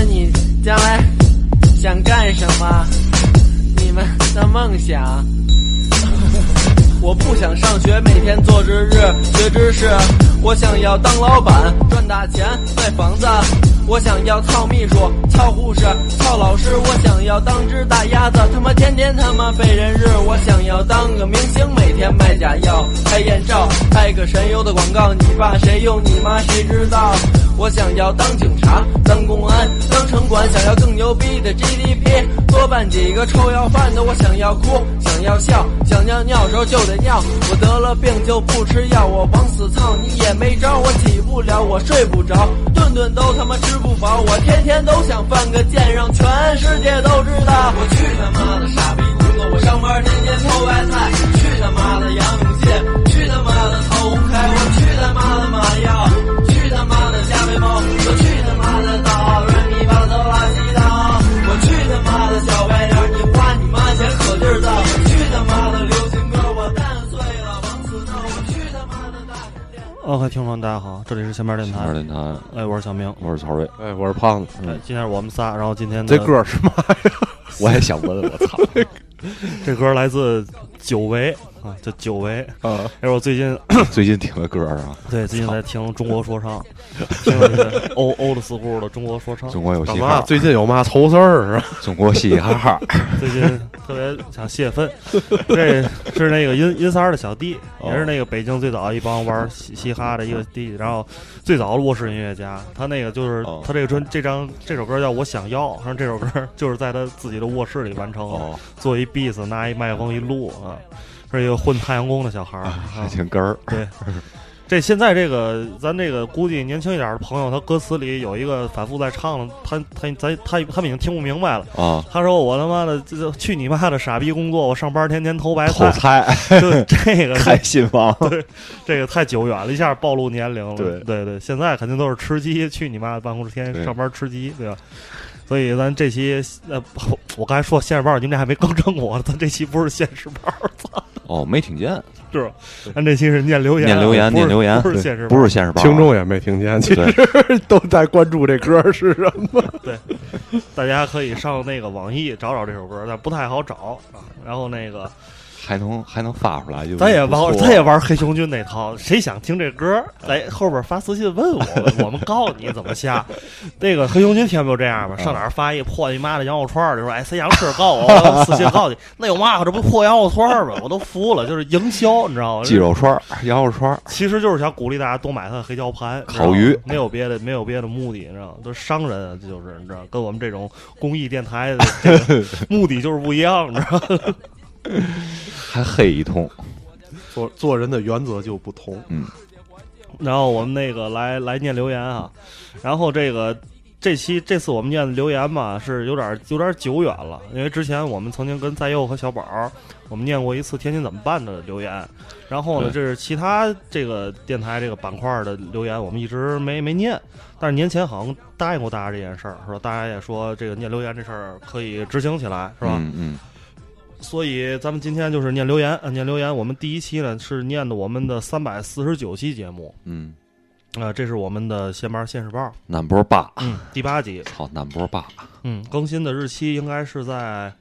问你将来想干什么？你们的梦想。我不想上学，每天做值日学知识。我想要当老板，赚大钱买房子。我想要操秘书、操护士、操老师。我想要当只大鸭子，他妈天天他妈被人日。我想要当个明星，每天卖假药、拍艳照、拍个神油的广告。你爸谁用你妈谁知道。我想要当警察、当公安、当城管，想要更牛逼的 GDP， 多办几个臭要饭的。我想要哭，想要笑，想尿尿时候就得尿。我得了病就不吃药，我往死操你也没招。我起不了，我睡不着，顿顿都他妈吃不饱。我天天都想犯个贱，让全世界都知道。我去他妈的傻逼工作，我上班天天偷白菜。去他妈的杨永信，去他妈的曹洪开，我去他妈的马里奥，去他妈的加菲猫，我去他妈的岛人民巴德拉西岛，我去他妈的小白脸，你花你妈钱可劲儿造。去他妈的流行歌，我蛋碎了往死闹。我去他妈的大酒店。 OK， 听众大家好，这里是前面电台。 前面电台， 哎，我是小明， 我是曹睿， 哎，我是胖子。 哎，今天是我们仨，然后今天这歌是嘛呀？ 我也想问，我操， 这歌来自久违啊，叫久违啊。这是我最近听的歌啊， 对，最近在听中国说唱，听了一个old school的中国说唱。 中国有嘻干嘛？ 哈， 最近有嘛愁事儿啊？ 中国嘻哈， 最近特别想泄愤。这是那个银三儿的小弟，也是那个北京最早一帮玩嘻哈的一个弟，然后最早的卧室音乐家。他那个就是他这首歌叫《我想要》，然后这首歌就是在他自己的卧室里完成，做一 beat， 拿一麦克风一录啊。是一个混太阳宫的小孩儿， 还挺根儿。 对，这现在这个咱这个估计年轻一点的朋友，他歌词里有一个反复在唱了，他们已经听不明白了啊。他说：“我他妈的去你妈的傻逼工作，我上班天天偷白菜。”就这个太新王， 对，这个太久远了，一下暴露年龄了。 对， 现在肯定都是吃鸡，去你妈的办公室天天上班吃鸡，对吧？所以咱这期我刚才说现实报，你们俩还没更正我，咱这期不是现实报，操！ 哦，没听见， 是吧？咱这期是念留言， 念留言， 不是现实， 不是现实报， 听众也没听见，其实都在关注这歌是什么。 对，大家可以上那个网易找找这首歌，但不太好找啊。然后那个。 还能发出来就咱也玩黑熊军那套，谁想听这歌来后边发私信问我们告诉你怎么下。那个黑熊军天不就这样吗？上哪儿发一破你妈的羊肉串，就说哎，谁想吃告我私信告诉你，那有嘛？这不破羊肉串吗？我都服了，就是营销，你知道吗？ 鸡肉串、羊肉串， 其实就是想鼓励大家多买他的黑椒盘、 烤鱼， 没有别的目的，你知道吗？都是商人，就是你知道，跟我们这种公益电台的这个目的就是不一样，你知道吗？ 还黑一通， 做人的原则就不同。 然后我们那个来念留言啊，然后这次我们念的留言嘛是有点久远了，因为之前我们曾经跟在佑和小宝我们念过一次天津怎么办的留言，然后呢这是其他这个电台这个板块的留言，我们一直没念，但是年前好像答应过大家这件事儿，是吧？大家也说这个念留言这事儿可以执行起来，是吧？所以咱们今天就是念留言，我们第一期呢是念的我们的349期节目，这是我们的闲班现世报 Number 8， 第8集， 好，Number 8， 更新的日期应该是在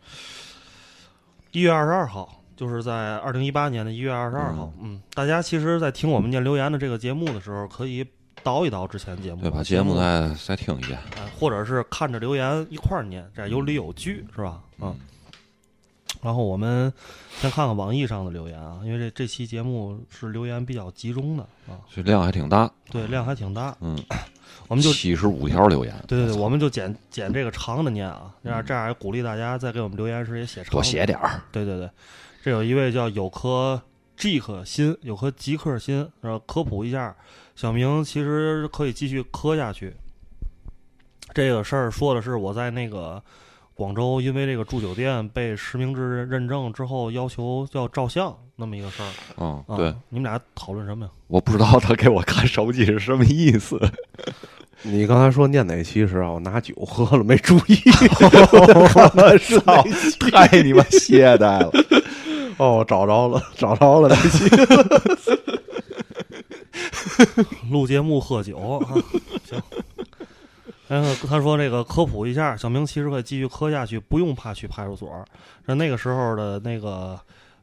1月22号，就是在2018年的1月22号，大家其实在听我们念留言的这个节目的时候，可以倒一倒之前节目， 对，把节目再听一遍， 或者是看着留言一块儿念，这样有理有据，是吧？然后我们先看看网易上的留言啊，因为这期节目是留言比较集中的啊， 所以量还挺大。 对，量还挺大。我们就 75条留言。 对，我们就剪这个长的念啊，这样也鼓励大家在给我们留言时也写长， 多写点儿。 对，这有一位叫有颗极客心，然后科普一下，小明其实可以继续磕下去。这个事儿说的是我在那个。广州因为这个住酒店被实名制认证之后，要求要照相那么一个事儿。 对， 你们俩讨论什么呀？ 我不知道他给我看手机是什么意思。 你刚才说念哪期时啊？我拿酒喝了没注意。 操，太你妈懈怠了。 找着了那期。 录节目喝酒啊，行。 然后他说这个科普一下，小明其实可以继续磕下去，不用怕去派出所。那个时候的那个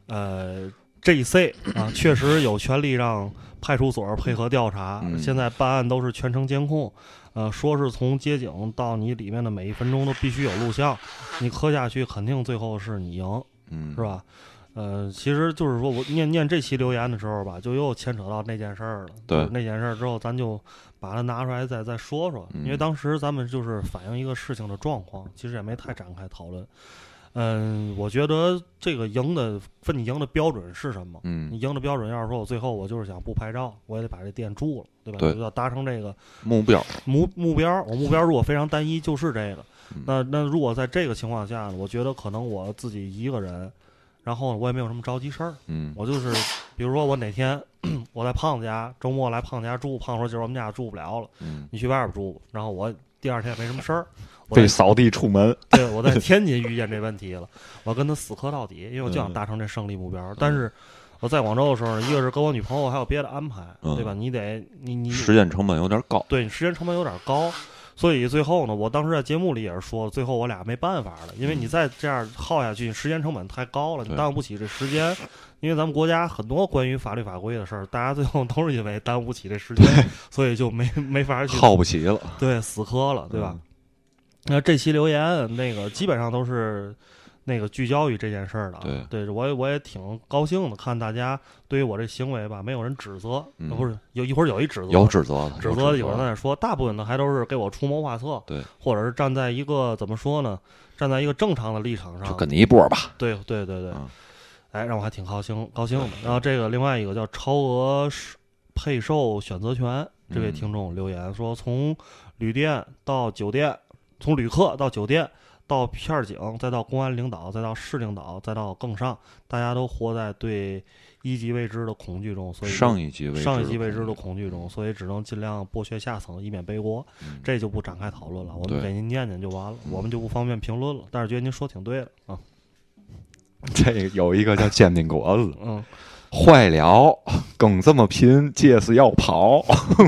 GC 啊，确实有权利让派出所配合调查。现在办案都是全程监控，说是从接警到你里面的每一分钟都必须有录像，你磕下去肯定最后是你赢，是吧？其实就是说我念这期留言的时候吧，就又牵扯到那件事儿了。 对， 那件事儿之后，咱就把它拿出来再说说，因为当时咱们就是反映一个事情的状况，其实也没太展开讨论。我觉得这个赢的分你赢的标准是什么？你赢的标准要是说我最后我就是想不拍照，我也得把这店住了，对吧？ 对， 就要达成这个目标。 目标，我目标如果非常单一，就是这个。那如果在这个情况下呢，我觉得可能我自己一个人。然后我也没有什么着急事儿，我就是比如说我哪天我在胖子家周末来胖子家住，胖子说今儿我们家住不了了，你去外边住，然后我第二天也没什么事儿， 被扫地出门。 对，我在天津遇见这问题了，我跟他死磕到底，因为我就想达成这胜利目标。但是我在广州的时候，一个是跟我女朋友还有别的安排，对吧？你时间成本有点高， 对，你时间成本有点高。所以最后呢，我当时在节目里也是说，最后我俩没办法了，因为你再这样耗下去，时间成本太高了，你耽误不起这时间。因为咱们国家很多关于法律法规的事儿，大家最后都是因为耽误不起这时间，所以就没法去耗不起了， 对，死磕了，对吧？那这期留言那个基本上都是那个聚焦于这件事儿的，对，我也挺高兴的，看大家对于我这行为吧，没有人指责，不是有一会儿有一指责， 有指责的， 有人在那说，大部分的还都是给我出谋划策， 对， 或者是站在一个怎么说呢，站在一个正常的立场上， 就跟你一波吧， 对，哎，让我还挺高兴的。然后这个另外一个叫超额配售选择权，这位听众留言说，从旅店到酒店，从旅客到酒店。到片警，再到公安领导，再到市领导，再到更上，大家都活在对一级未知的恐惧中，所以上一级未知的恐惧中，所以只能尽量剥削下层，以免背锅。这就不展开讨论了，我们给您念念就完了，我们就不方便评论了。但是觉得您说挺对的啊。 这有一个叫煎饼果子，坏了，更这么拼，这是要跑。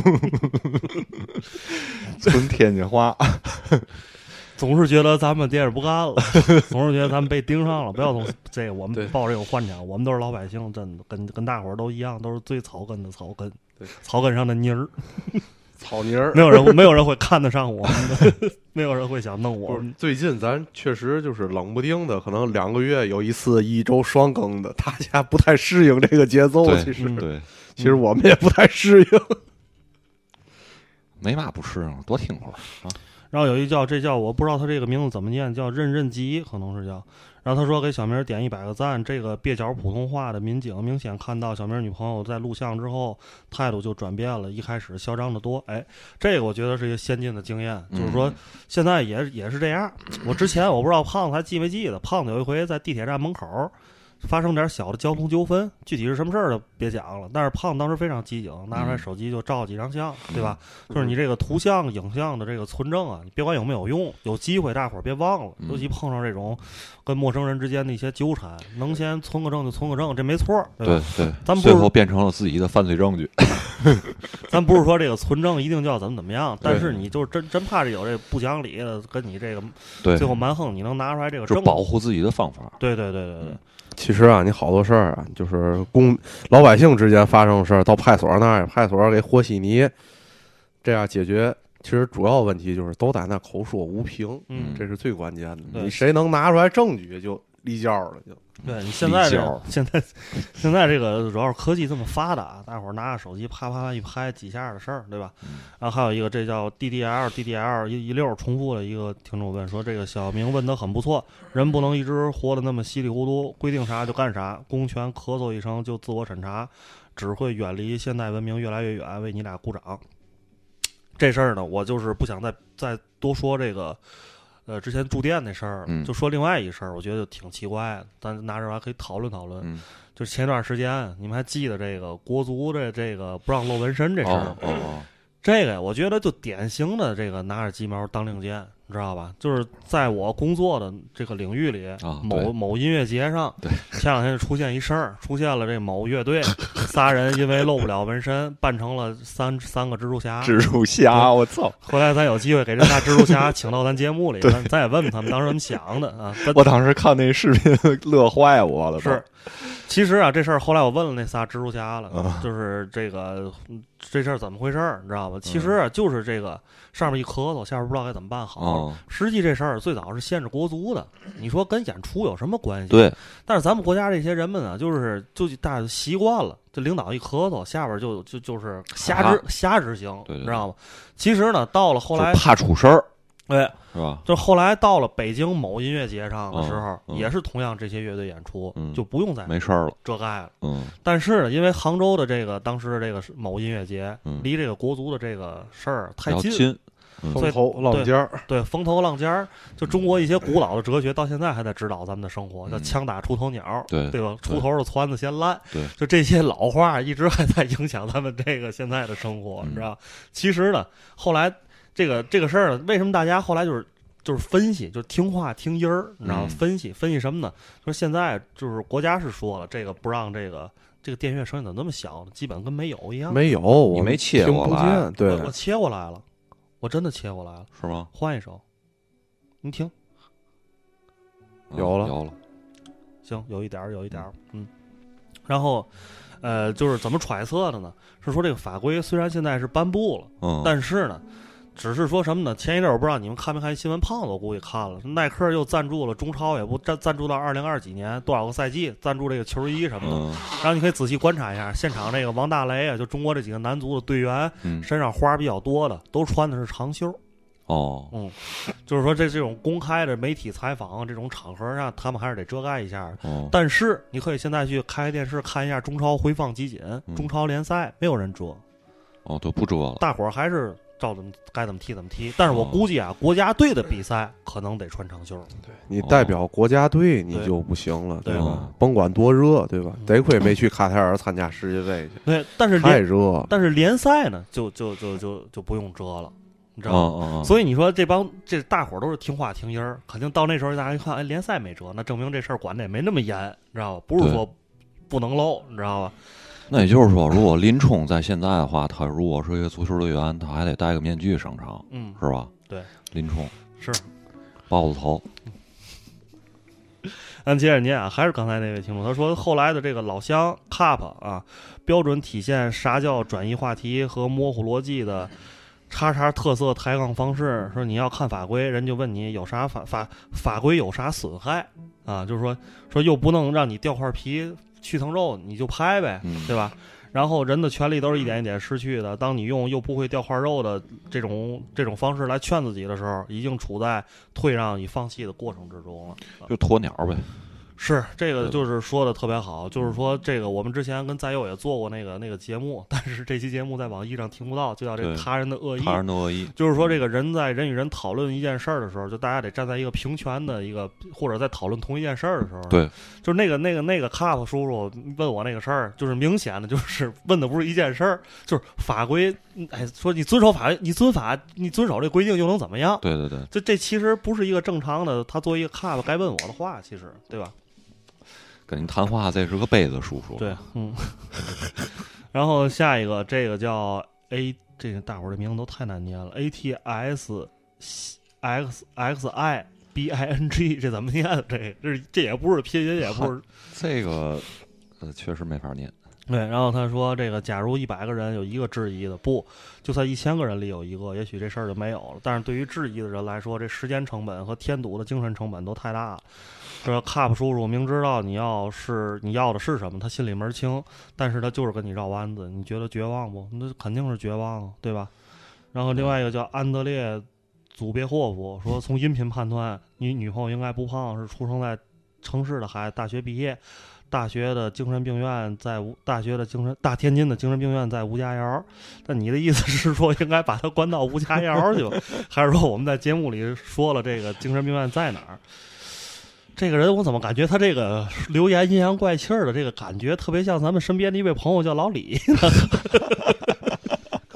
纯天津话。 总是觉得咱们电视不干了，总是觉得咱们被盯上了。不要总这个，我们抱着这个幻想，我们都是老百姓，真的跟大伙儿都一样，都是最草根的草根，草根上的泥儿， 草泥儿。 没有人会看得上我们的，没有人会想弄我们。 最近咱确实就是冷不丁的，可能2个月有一次1周双更的，大家不太适应这个节奏。其实我们也不太适应。 没嘛不适应，多听会儿啊。 然后有一这叫我不知道他这个名字怎么念，叫任吉，可能是叫。然后他说给小明点100个赞，这个蹩脚普通话的民警明显看到小明女朋友在录像之后态度就转变了，一开始嚣张的多。哎，这个我觉得是一个先进的经验，就是说现在也是这样。我之前我不知道胖子还记没记得，胖子有一回在地铁站门口发生点小的交通纠纷，具体是什么事儿就别讲了。但是胖当时非常机警，拿出来手机就照几张相，对吧？就是你这个图像、影像的这个存证啊，你别管有没有用，有机会大伙儿别忘了。尤其碰上这种跟陌生人之间的一些纠缠，能先存个证就存个证，这没错，对吧？ 对， 咱最后变成了自己的犯罪证据。 咱不是说这个存证一定就要怎么样，但是你就是真怕这有这不讲理的，跟你这个最后蛮横，你能拿出来这个证据， 保护自己的方法。 对。 其实啊，你好多事儿啊，就是老百姓之间发生的事儿，到派出所那儿，派出所给和稀泥，这样解决。其实主要问题就是都在那口说无凭，这是最关键的。你谁能拿出来证据，就立交了，就。 对你现在这个主要是科技这么发达，大伙儿拿着手机啪啪一拍几下的事儿，对吧？然后还有一个这叫 DDL 重复了一个听众问说，这个小明问得很不错，人不能一直活得那么稀里糊涂，规定啥就干啥，公权咳嗽一声就自我审查，只会远离现代文明越来越远，为你俩鼓掌。这事儿呢，我就是不想再多说这个。之前住店那事儿，就说另外一事儿，我觉得就挺奇怪的，咱拿着还可以讨论讨论。就前段时间，你们还记得这个国足的这个不让露纹身这事儿？这个我觉得就典型的这个拿着鸡毛当令箭， 你知道吧？就是在我工作的这个领域里，某音乐节上，前两天就出现一事儿，出现了这某乐队仨人因为露不了纹身，扮成了三个蜘蛛侠。 蜘蛛侠，我操！ 后来咱有机会给这仨蜘蛛侠请到咱节目里，咱也问问他们当时怎么想的啊。 我当时看那视频乐坏我了。 是，其实啊，这事儿后来我问了那仨蜘蛛侠了，就是这事儿怎么回事儿，你知道吧？其实啊，就是这个上面一咳嗽，下边不知道该怎么办好。实际这事儿最早是限制国足的，你说跟演出有什么关系？ 对。 但是咱们国家这些人们啊，就大家习惯了，这领导一咳嗽，下边就是瞎执行， 对， 你知道吗？其实呢，到了后来怕出事儿。 对， 是吧？ 就后来到了北京某音乐节上的时候，也是同样这些乐队演出，就不用再没事了， 遮盖了。但是呢，因为杭州的当时这个某音乐节，离这个国足的这个事儿太近， 风头浪尖儿， 对，风头浪尖儿，就中国一些古老的哲学到现在还在指导咱们的生活，叫枪打出头鸟，对吧？出头的撺子先烂， 对， 就这些老话一直还在影响咱们这个现在的生活，你知道？其实呢，后来。这个事儿呢，为什么大家后来就是分析，就是听话听音儿，你知道吗？分析什么呢？说现在就是国家是说了，这个不让这个电乐声音怎么那么小呢？基本跟没有一样。 没有， 你没切过来， 对， 我切过来了，我真的切过来了， 是吗？ 换一首，你听， 有了， 行，有一点，然后。就是怎么揣测的呢？是说这个法规虽然现在是颁布了，但是呢，只是说什么呢？前一阵我不知道你们看没看新闻，胖子我估计看了，耐克又赞助了中超，也不赞助到2020几年多少个赛季，赞助这个球衣什么的。然后你可以仔细观察一下，现场这个王大雷啊，就中国这几个男足的队员，身上花比较多的，都穿的是长袖。就是说这种公开的媒体采访这种场合上，他们还是得遮盖一下。但是你可以现在去开电视看一下中超回放集锦，中超联赛没有人遮， 都不遮了， 大伙儿还是照该怎么踢怎么踢。但是我估计啊，国家队的比赛可能得穿长袖。 对，你代表国家队你就不行了，对吧？甭管多热，对吧？得亏没去卡塔尔参加世界杯去。 对，但是太热。 但是联赛呢，就不用遮了。你知道吗？所以你说这大伙儿都是听话听音儿，肯定到那时候大家一看，哎，联赛没辙，那证明这事儿管的也没那么严，你知道吧？不是说不能漏，你知道吧？ 那也就是说，如果林冲在现在的话，他如果是一个足球队员，他还得戴个面具上场，是吧？ 对， 林冲是豹子头。 咱接着念啊，还是刚才那位听众，他说后来的这个老乡 cup 啊，标准体现啥叫转移话题和模糊逻辑的。叉特色抬杠方式，说你要看法规，人就问你有啥法规有啥损害啊？就是说又不能让你掉块皮去层肉，你就拍呗，对吧？然后人的权利都是一点一点失去的。当你用又不会掉块肉的这种方式来劝自己的时候，已经处在退让与放弃的过程之中了， 就鸵鸟呗。 是这个，就是说的特别好，就是说这个我们之前跟在佑也做过那个节目，但是这期节目在网易上听不到，就叫这个他人的恶意。 他人的恶意， 就是说这个人在人与人讨论一件事儿的时候，就大家得站在一个平权的一个，或者在讨论同一件事儿的时候， 对， 就是那个卡普叔叔问我那个事儿，就是明显的就是问的不是一件事儿，就是法规，哎，说你遵守法，你遵守这规定又能怎么样？ 对， 这其实不是一个正常的，他作为一个卡普该问我的话，其实对吧？ 跟你谈话，这是个杯子叔叔。 对，然后下一个，这个叫 这个大伙儿的名字都太难念了 ATSXXIBING， 这怎么念的？这也不是拼音，也不是这个，确实没法念。 对，然后他说这个，假如100个人有一个质疑的，不，就算1000个人里有一个，也许这事儿就没有了。但是对于质疑的人来说，这时间成本和添堵的精神成本都太大了。这卡普叔叔明知道你要的是什么，他心里门清，但是他就是跟你绕弯子。你觉得绝望不？那肯定是绝望，对吧？然后另外一个叫安德烈祖别霍夫说，从音频判断，你女朋友应该不胖，是出生在城市的孩子，大学毕业。大天津的精神病院在吴家窑，但你的意思是说应该把他关到吴家窑去吧？还是说我们在节目里说了这个精神病院在哪儿？这个人我怎么感觉他这个留言阴阳怪气的这个感觉特别像咱们身边的一位朋友叫老李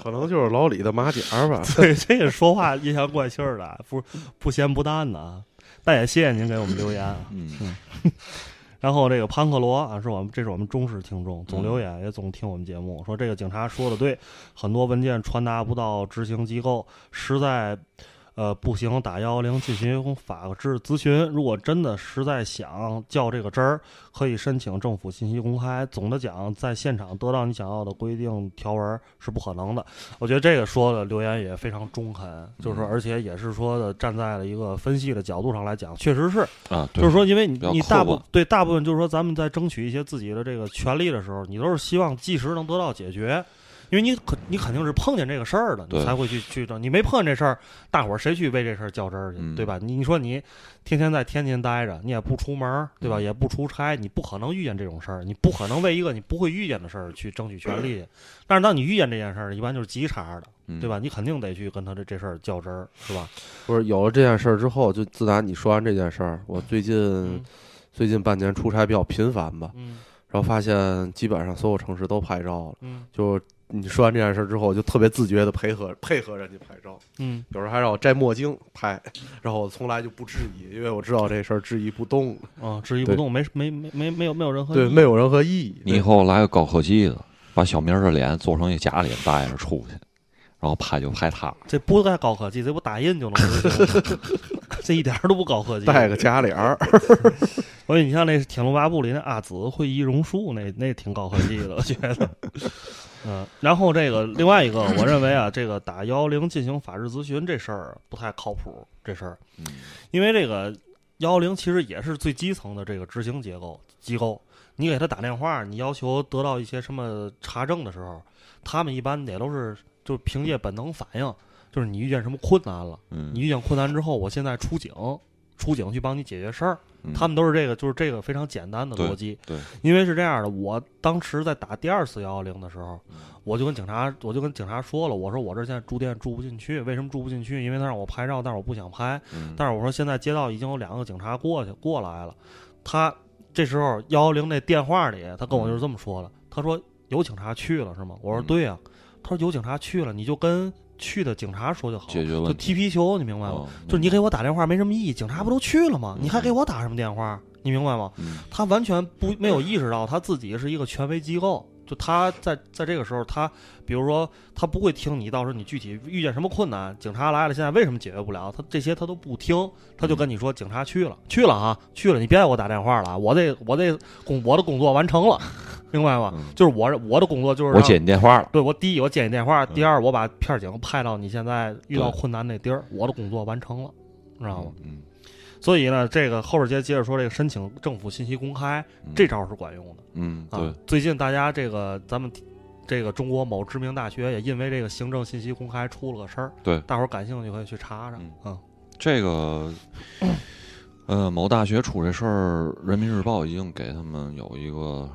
可能就是老李的马甲吧。 对，这个说话阴阳怪气儿的，不咸不淡的啊。但也谢谢您给我们留言啊。然后这个潘克罗啊，这是我们忠实听众，总留言也总听我们节目，说这个警察说的对，很多文件传达不到执行机构，实在不行打110进行法制咨询。如果真的实在想较这个真儿，可以申请政府信息公开。总的讲，在现场得到你想要的规定条文是不可能的。我觉得这个说的留言也非常中肯，就是说而且也是说的站在了一个分析的角度上来讲，确实是啊， 就是说因为你大部分就是说咱们在争取一些自己的这个权利的时候，你都是希望即时能得到解决。因为你肯定是碰见这个事儿的，你才会去争。你没碰见这事儿，大伙儿谁去为这事儿较真儿去，对吧？你说你天天在天津待着，你也不出门，对吧？也不出差，你不可能遇见这种事儿，你不可能为一个你不会遇见的事儿去争取权利。但是当你遇见这件事儿，一般就是急茬的，对吧？你肯定得去跟他这事儿较真儿，是吧？ 不是有了这件事儿之后，就自打你说完这件事儿，我最近半年出差比较频繁吧，然后发现基本上所有城市都拍照了，就。你说完这件事之后，我就特别自觉的配合人家拍照，有时候还让我摘墨镜拍，然后我从来就不质疑，因为我知道这事儿质疑不动， 质疑不动，没有任何意义， 对，没有任何意义。 你以后来个高科技的，把小明的脸做成一个假脸带着出去，然后拍就拍他， 这不带高科技，这不打印就能实现，这一点都不高科技， 带个假脸儿。 所以你像那《天龙八部》里那阿紫会易容术，那挺高科技的，我觉得。然后这个另外一个，我认为啊，这个打110进行法制咨询这事儿不太靠谱，这事儿，因为这个110其实也是最基层的这个执行机构，你给他打电话，你要求得到一些什么查证的时候，他们一般也都是就凭借本能反应，就是你遇见什么困难了，你遇见困难之后，我现在出警去帮你解决事儿。他们都是就是这个非常简单的逻辑。 对， 因为是这样的，我当时在打第二次110的时候，我就跟警察说了，我说我这现在住店住不进去，为什么住不进去？因为他让我拍照，但是我不想拍。但是我说现在街道已经有2个警察过来了，他这时候110那电话里，他跟我就是这么说的，他说有警察去了是吗？我说对啊，他说有警察去了，你就跟去的警察说就好， 解决问题， 就踢皮球，你明白吗？就是你给我打电话没什么意义，警察不都去了吗？你还给我打什么电话？你明白吗？他完全没有意识到他自己是一个权威机构，就他在这个时候，他比如说他不会听你到时候你具体遇见什么困难，警察来了，现在为什么解决不了？他这些他都不听，他就跟你说警察去了，你别给我打电话了，我的工作完成了。明白吗？就是我的工作就是我接你电话了。 对，第一我接你电话，第二我把片警派到你现在遇到困难那地儿，我的工作完成了，知道吗？所以呢，这个后边接着说这个申请政府信息公开，这招是管用的。 对。 最近大家咱们这个中国某知名大学也因为这个行政信息公开出了个事儿， 对， 大伙儿感兴趣可以去查查。 这个。某大学出这事儿，人民日报已经给他们有一个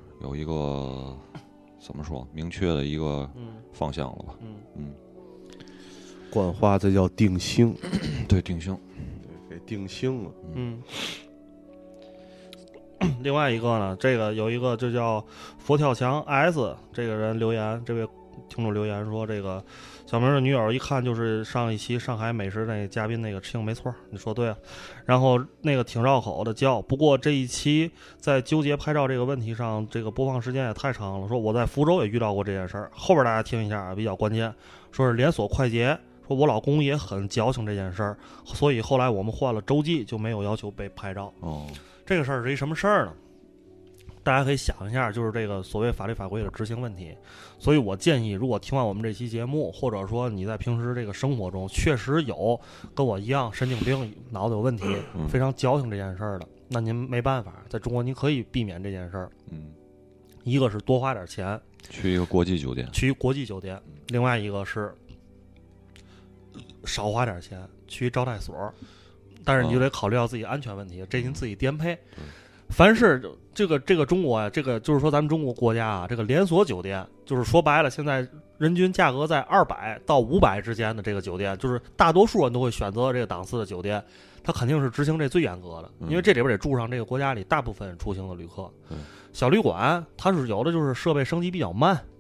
怎么说明确的一个方向了吧？ 官话这叫定性， 对，定性， 对，给定性了。 另外一个呢，这个有一个就叫佛跳墙 S 这个人留言，这位听众留言说，这个小明的女友一看就是上一期上海美食那个嘉宾那个吃没错，你说对了。然后那个挺绕口的叫，不过这一期在纠结拍照这个问题上，这个播放时间也太长了。说我在福州也遇到过这件事儿，后边大家听一下比较关键，说是连锁快捷。说我老公也很矫情这件事儿，所以后来我们换了洲际，就没有要求被拍照。这个事儿是一什么事儿呢？大家可以想一下，就是这个所谓法律法规的执行问题。所以我建议，如果听完我们这期节目，或者说你在平时这个生活中确实有跟我一样神经病、脑子有问题、非常矫情这件事儿的，那您没办法，在中国您可以避免这件事儿。一个是多花点钱， 去一个国际酒店， 另外一个是少花点钱去招待所，但是你就得考虑到自己安全问题，这您自己颠沛。凡是这个中国呀，这个就是说咱们中国国家啊，这个连锁酒店，就是说白了，现在人均价格在200到500之间的这个酒店，就是大多数人都会选择这个档次的酒店，它肯定是执行这最严格的，因为这里边得住上这个国家里大部分出行的旅客。小旅馆它是有的就是设备升级比较慢，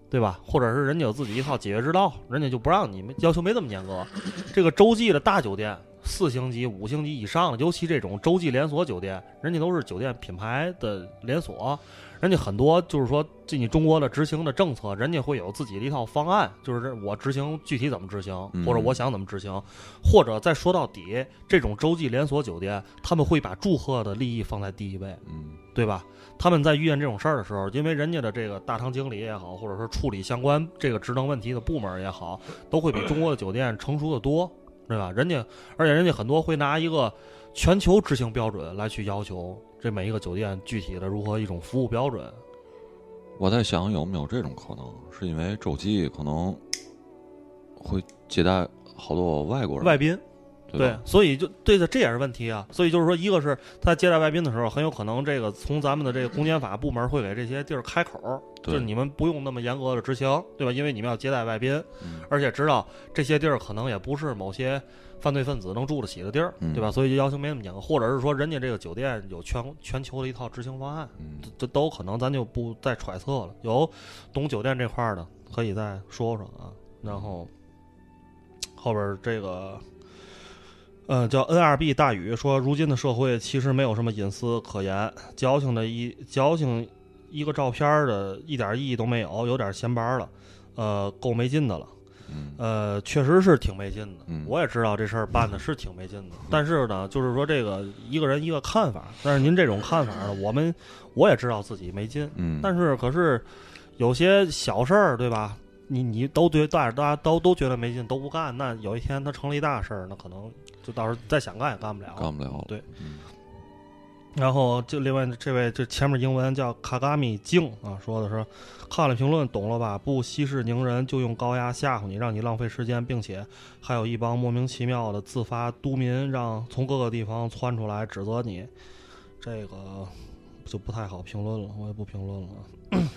对吧？或者是人家有自己一套解决之道，人家就不让你们要求没这么严格。这个洲际的大酒店，4星级、5星级以上的，尤其这种洲际连锁酒店，人家都是酒店品牌的连锁。人家很多就是说，就你中国的执行的政策，人家会有自己的一套方案，就是我执行具体怎么执行，或者我想怎么执行，或者再说到底，这种洲际连锁酒店，他们会把住客的利益放在第一位，对吧？他们在遇见这种事儿的时候，因为人家的这个大堂经理也好，或者说处理相关这个职能问题的部门也好，都会比中国的酒店成熟的多，对吧？而且人家很多会拿一个全球执行标准来去要求这每一个酒店具体的如何一种服务标准。 我在想有没有这种可能，是因为洲际可能会接待好多外国人、 外宾。 对， 所以就对的，这也是问题啊。所以就是说，一个是他在接待外宾的时候，很有可能这个从咱们的这个公检法部门会给这些地儿开口，就是你们不用那么严格的执行，对吧？因为你们要接待外宾，而且知道这些地儿可能也不是某些犯罪分子能住得起的地儿，对吧？所以就要求没那么严格，或者是说人家这个酒店有全球的一套执行方案，这都有可能，咱就不再揣测了。有懂酒店这块的可以再说说啊。然后后边这个。叫 NRB 大宇说，如今的社会其实没有什么隐私可言，矫情一个照片的一点意义都没有，有点闲班了，够没劲的了。确实是挺没劲的。我也知道这事儿办的是挺没劲的，但是呢，就是说这个一个人一个看法。但是您这种看法呢，我也知道自己没劲，但是可是有些小事儿，对吧？你都对大家都觉得没劲，都不干，那有一天他成了一大事儿，那可能就到时候再想干也干不了。对。然后就另外这位这前面英文叫卡嘎米静啊，说的是看了评论懂了吧？不息事宁人，就用高压吓唬你，让你浪费时间，并且还有一帮莫名其妙的自发都民，让从各个地方窜出来指责你，这个就不太好评论了，我也不评论了。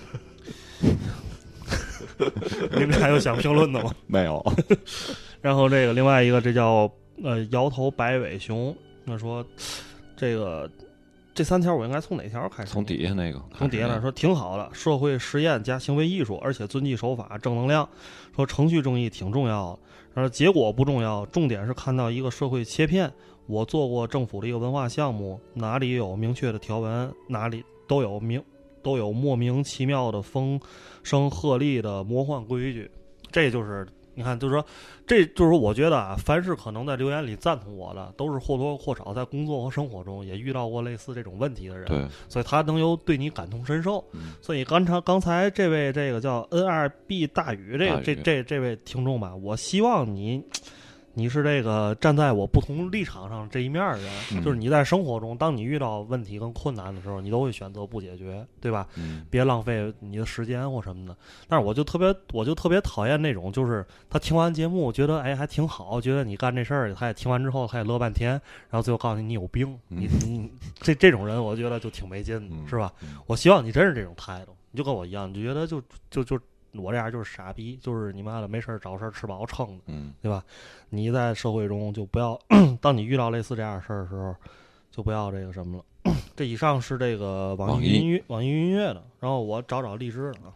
你们还有想评论的吗？ 没有。 然后这个另外一个，这叫摇头摆尾熊，那说这3条我应该从哪条开始？ 从底下那个， 从底下那说挺好的，社会实验加行为艺术，而且遵纪守法，正能量。说程序正义挺重要的，然后结果不重要，重点是看到一个社会切片。我做过政府的一个文化项目，哪里有明确的条文，哪里都有莫名其妙的风声鹤唳的魔幻规矩。这就是你看，就是说，这就是我觉得啊，凡是可能在留言里赞同我的，都是或多或少在工作和生活中也遇到过类似这种问题的人， 对， 所以他能有对你感同身受。所以刚才这位这个叫 NRB 大宇这位听众吧，我希望你是这个站在我不同立场上这一面的人，就是你在生活中，当你遇到问题跟困难的时候，你都会选择不解决，对吧？别浪费你的时间或什么的。但是我就特别讨厌那种，就是他听完节目觉得还挺好，觉得你干这事儿，他也听完之后他也乐半天，然后最后告诉你有病，你这种人，我觉得就挺没劲的，是吧？我希望你真是这种态度，你就跟我一样，你就觉得就我这样就是傻逼，就是你妈的没事找事吃饱撑的，对吧？你在社会中就不要，当你遇到类似这样的事儿的时候，就不要这个什么了。这以上是这个网易云音乐的，然后我找荔枝的啊。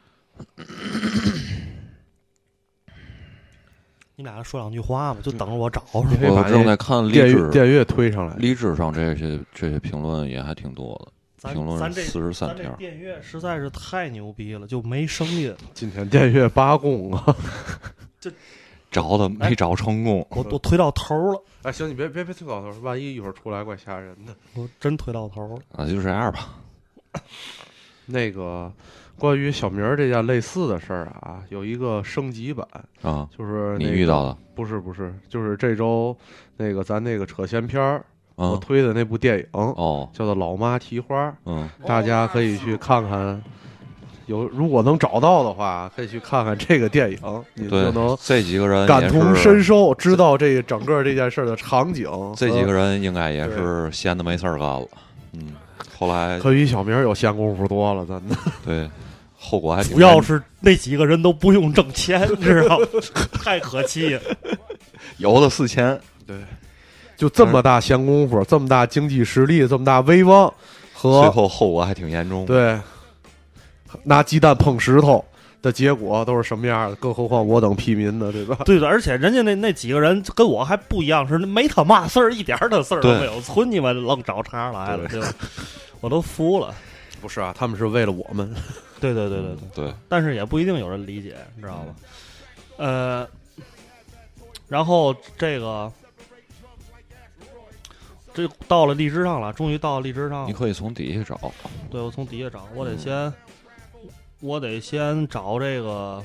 你们俩说2句话吧，就等着我找。 我正在看荔枝电乐推上来， 荔枝上这些评论也还挺多的。评论43条， 电乐实在是太牛逼了，就没声音。 今天电乐罢工啊， 这找的没找成功， 我推到头了。 哎，行，你别推到头，万一一会儿出来怪吓人的。 我真推到头了， 啊，就这样吧。 那个关于小明这件类似的事儿啊，有一个升级版啊， 就是你遇到的， 不是，就是这周那个咱那个扯闲篇儿。我推的那部电影叫做《老妈提花》，大家可以去看看。如果能找到的话，可以去看看这个电影，你就能这几个人感同身受，知道这整个这件事的场景。 这几个人应该也是闲的没事儿干了，后来可比小明有闲工夫多了，真的。 对，后果还挺。 主要是那几个人都不用挣钱，知道吗？太可气了。 有的是钱， 对。就这么大闲工夫，这么大经济实力，这么大威望，和最后后果还挺严重。 对，拿鸡蛋碰石头， 的结果都是什么样的，更何况我等屁民呢，对吧？ 对的，而且人家那几个人跟我还不一样，是没他嘛事儿，一点的事儿都没有，纯你们愣找茬来了，对吧？我都服了。 不是啊，他们是为了我们。 对，但是也不一定有人理解，你知道吧？然后这到了荔枝上了，终于到了荔枝上了。 你可以从底下找。 对，我从底下找，我得先找这个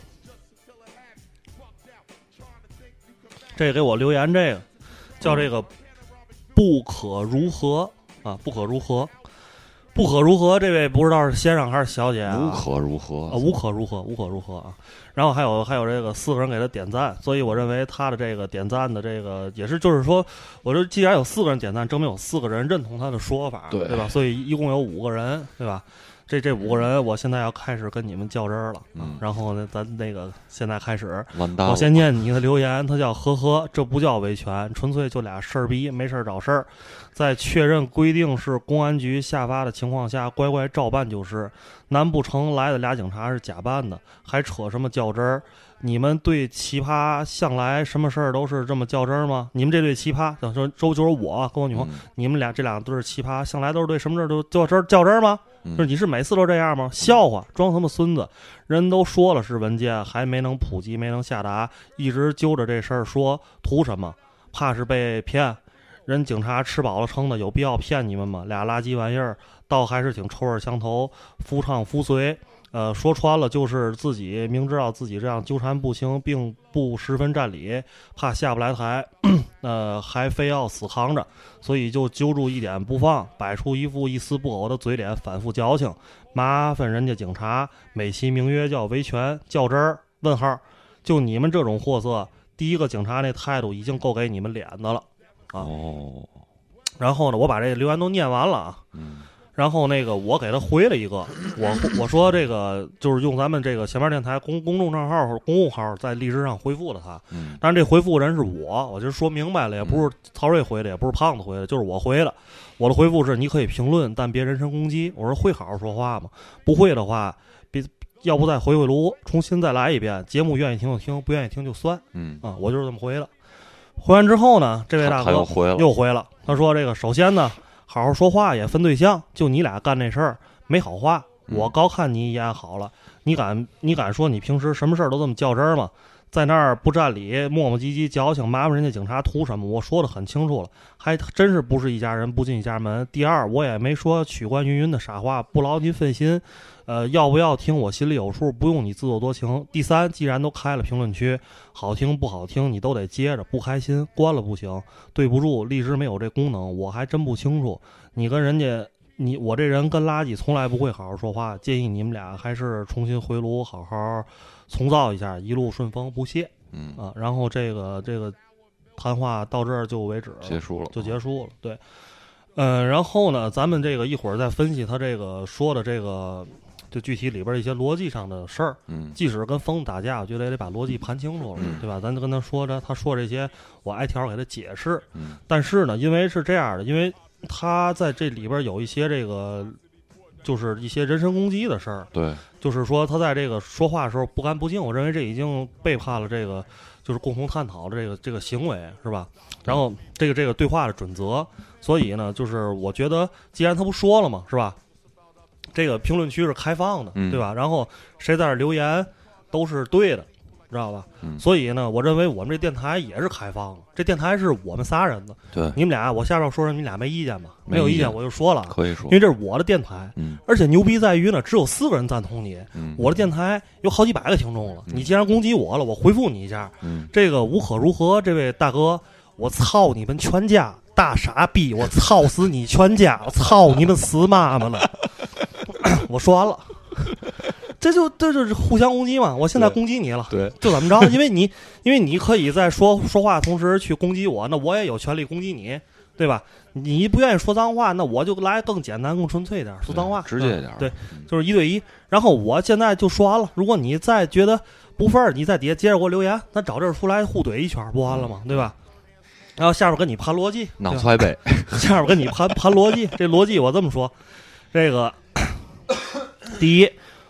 给我留言，这个叫这个不可如何啊，不可如何。不可如何，这位不知道是先生还是小姐啊？ 无可如何啊，无可如何啊！然后还有这个4个人给他点赞，所以我认为他的这个点赞的这个也是，就是说，我说既然有4个人点赞，证明有4个人认同他的说法，对吧？所以一共有5个人，对吧？这5个人，我现在要开始跟你们较真儿了。然后呢，咱那个现在开始，我先念你的留言，他叫呵呵，这不叫维权，纯粹就俩事儿逼，没事儿找事儿。在确认规定是公安局下发的情况下，乖乖照办就是。难不成来的俩警察是假扮的，还扯什么较真儿？你们对奇葩向来什么事儿都是这么较真儿吗？你们这对奇葩，想说就是我跟我女朋友，你们这两个都是奇葩，向来都是对什么事儿都较真儿吗？就是你是每次都这样吗？笑话，装什么孙子？人都说了是文件，还没能普及，没能下达，一直揪着这事儿说，图什么？怕是被骗？人警察吃饱了撑的，有必要骗你们吗？俩垃圾玩意儿，倒还是挺臭味相投，夫唱妇随。说穿了就是自己明知道自己这样纠缠不清，并不十分占理，怕下不来台，还非要死扛着，所以就揪住一点不放，摆出一副一丝不苟的嘴脸，反复矫情，麻烦人家警察，美其名曰叫维权较真儿。问号，就你们这种货色，第一个警察那态度已经够给你们脸的了啊！然后呢，我把这个留言都念完了啊。然后那个我给他回了一个，我说这个就是用咱们这个前面电台公众账号或者公共号在荔枝上回复了他，但是这回复人是我就说明白了，也不是曹睿回的，也不是胖子回的，就是我回了。我的回复是：你可以评论，但别人身攻击。我说会好好说话吗？不会的话，要不再回炉，重新再来一遍。节目愿意听就听，不愿意听就算。我就是这么回了。回完之后呢，这位大哥又回了，他说这个首先呢，好好说话也分对象，就你俩干这事儿没好话，我高看你一眼好了，你敢说你平时什么事儿都这么较真儿吗？在那儿不占理，磨磨唧唧矫情，麻烦人家警察图什么？我说的很清楚了，还真是不是一家人不进一家门。第二，我也没说曲冠云云的傻话，不劳您费心。要不要听我心里有数，不用你自作多情。第三，既然都开了评论区，好听不好听你都得接着，不开心关了不行。对不住，荔枝没有这功能，我还真不清楚。你跟人家，我这人跟垃圾从来不会好好说话，建议你们俩还是重新回炉，好好重造一下，一路顺风不懈。然后这个谈话到这儿就为止了， 结束了。 对，然后呢，咱们这个一会儿再分析他这个说的这个。就具体里边一些逻辑上的事儿，即使跟疯子打架，我觉得也得把逻辑盘清楚了，对吧？咱就跟他说着，他说这些，我挨条给他解释。但是呢，因为是这样的，因为他在这里边有一些这个，就是一些人身攻击的事儿。对，就是说他在这个说话的时候不干不净，我认为这已经背叛了这个就是共同探讨的这个行为，是吧？然后这个对话的准则，所以呢，就是我觉得既然他不说了嘛，是吧？这个评论区是开放的，对吧？然后谁在这留言都是对的，知道吧？所以呢，我认为我们这电台也是开放的。这电台是我们仨人的，对，你们俩，我下边说什么，你俩没意见吧？没有意见我就说了， 可以说， 因为这是我的电台，而且牛逼在于呢，只有4个人赞同你，我的电台有好几百个听众了，你既然攻击我了，我回复你一下，这个无可如何，这位大哥，我操你们全家！大傻逼！我操死你全家！我操你们死妈妈了！我说完了，这就是互相攻击嘛。我现在攻击你了，对，就怎么着？因为你可以在说话的同时去攻击我，那我也有权利攻击你，对吧？你不愿意说脏话，那我就来更简单、更纯粹一点，说脏话， 直接一点。 对，就是1对1。然后我现在就说完了。如果你再觉得不忿儿，你在底下接着给我留言，咱找地儿出来互怼一圈，不完了吗？对吧？然后下边跟你盘逻辑， 脑揣背， 下边跟你盘逻辑。这逻辑我这么说，这个第一，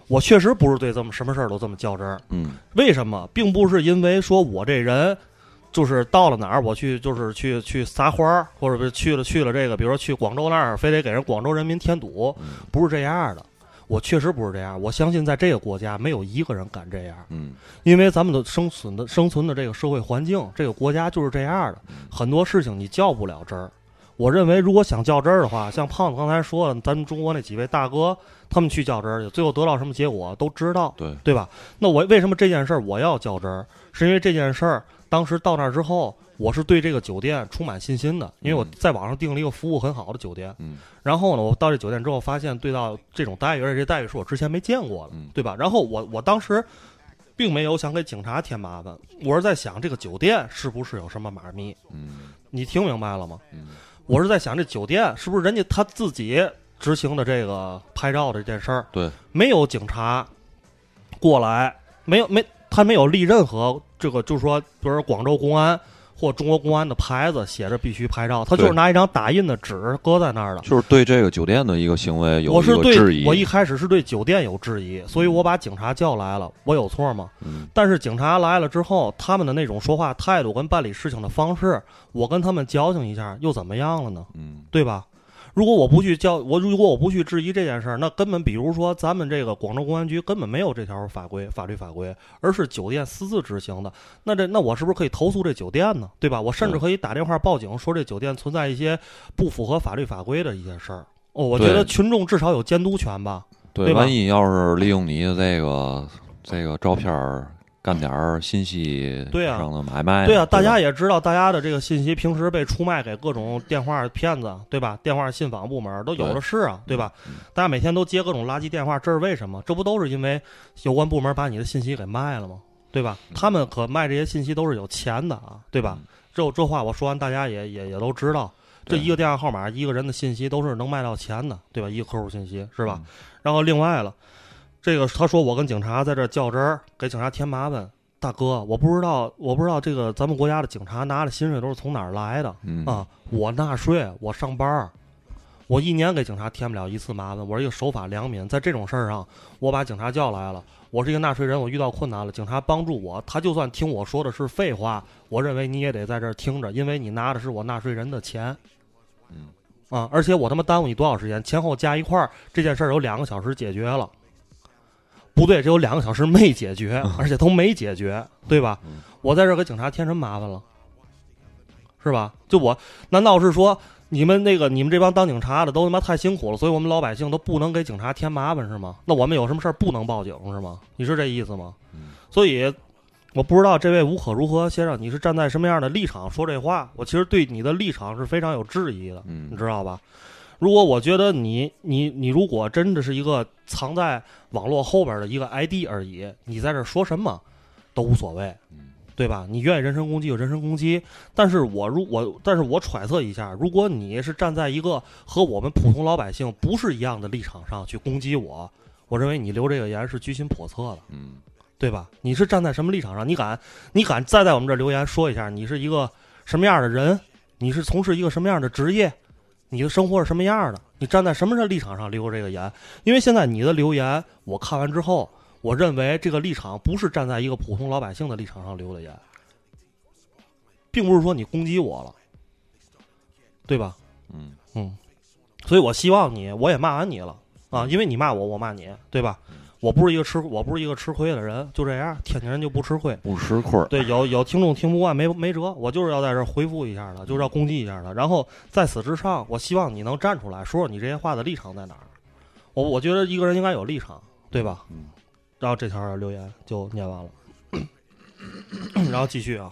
我确实不是对什么事儿都这么较真儿。为什么？并不是因为说我这人就是到了哪儿我就是去撒欢儿，或者去了这个，比如说去广州那儿，非得给人广州人民添堵，不是这样的。我确实不是这样，我相信在这个国家没有一个人敢这样。因为咱们的生存的这个社会环境，这个国家就是这样的，很多事情你较不了真儿。我认为如果想较真儿的话，像胖子刚才说的，咱们中国那几位大哥他们去较真儿去，最后得到什么结果都知道，对吧？那我为什么这件事儿我要较真儿？是因为这件事儿当时到那儿之后，我是对这个酒店充满信心的，因为我在网上订了一个服务很好的酒店。然后呢，我到这酒店之后发现对到这种待遇，而且这待遇是我之前没见过的，对吧？然后我当时并没有想给警察添麻烦，我是在想这个酒店是不是有什么马秘？你听明白了吗？我是在想这酒店是不是人家他自己执行的这个拍照的这件事儿？ 对， 没有警察过来，他没有立任何这个，就是说，比如说广州公安或中国公安的牌子写着必须拍照，他就是拿一张打印的纸搁在那儿的。 就是对这个酒店的一个行为有一个质疑。 我一开始是对酒店有质疑，所以我把警察叫来了。我有错吗？但是警察来了之后，他们的那种说话态度跟办理事情的方式，我跟他们矫情一下，又怎么样了呢？对吧？如果我不去质疑这件事儿，那根本比如说咱们这个广州公安局根本没有这条法律法规，而是酒店私自执行的。那我是不是可以投诉这酒店呢？对吧？我甚至可以打电话报警，说这酒店存在一些不符合法律法规的一些事儿。我觉得群众至少有监督权吧？对吧？ 万一要是利用你的这个照片儿干点信息上的买卖， 对啊，大家也知道，大家的这个信息平时被出卖给各种电话骗子，对吧？电话信访部门都有的是啊，对吧？大家每天都接各种垃圾电话，这是为什么？这不都是因为有关部门把你的信息给卖了吗？对吧？他们可卖这些信息都是有钱的啊，对吧？这话我说完，大家也都知道，这一个电话号码，一个人的信息都是能卖到钱的，对吧？一个客户信息是吧？然后另外了。这个他说我跟警察在这较真儿，给警察添麻烦。大哥，我不知道这个咱们国家的警察拿的薪水都是从哪儿来的啊？我纳税，我上班，我一年给警察添不了一次麻烦。我是一个守法良民，在这种事儿上，我把警察叫来了。我是一个纳税人，我遇到困难了，警察帮助我，他就算听我说的是废话，我认为你也得在这儿听着，因为你拿的是我纳税人的钱。而且我他妈耽误你多少时间？前后加一块儿，这件事儿有2个小时解决了。不对，只有2个小时没解决，而且都没解决，对吧？我在这儿给警察添什么麻烦了？是吧？难道是说你们这帮当警察的都他妈太辛苦了，所以我们老百姓都不能给警察添麻烦是吗？那我们有什么事儿不能报警是吗？你是这意思吗？所以我不知道这位无可如何先生，你是站在什么样的立场说这话？我其实对你的立场是非常有质疑的，你知道吧？如果我觉得你如果真的是一个藏在网络后边的一个 ID 而已，你在这说什么都无所谓，对吧？你愿意人身攻击有人身攻击，但是我揣测一下，如果你是站在一个和我们普通老百姓不是一样的立场上去攻击我认为你留这个言是居心叵测的，对吧？你是站在什么立场上？你敢再在我们这留言说一下，你是一个什么样的人？你是从事一个什么样的职业？你的生活是什么样的？你站在什么的立场上留这个言？因为现在你的留言我看完之后，我认为这个立场不是站在一个普通老百姓的立场上留的言，并不是说你攻击我了，对吧？所以我希望我也骂完你了啊，因为你骂我，我骂你，对吧？我不是一个吃亏的人，就这样，天津人就不吃亏，对，有听众听不惯没辙，我就是要在这儿回复一下他，就是要攻击一下他。然后在此之上，我希望你能站出来说说你这些话的立场在哪儿。我觉得一个人应该有立场，对吧？然后这条留言就念完了，然后继续啊，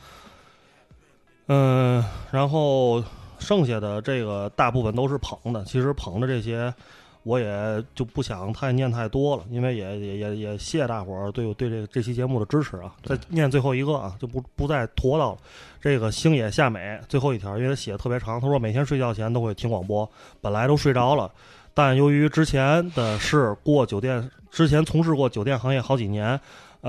然后剩下的这个大部分都是捧的，其实捧的这些。我也就不想念太多了，因为也谢谢大伙儿对这期节目的支持啊。再念最后一个啊，就不再拖到了。这个星野夏美最后一条，因为他写的特别长，他说每天睡觉前都会听广播，本来都睡着了，但由于之前的事之前从事过酒店行业好几年，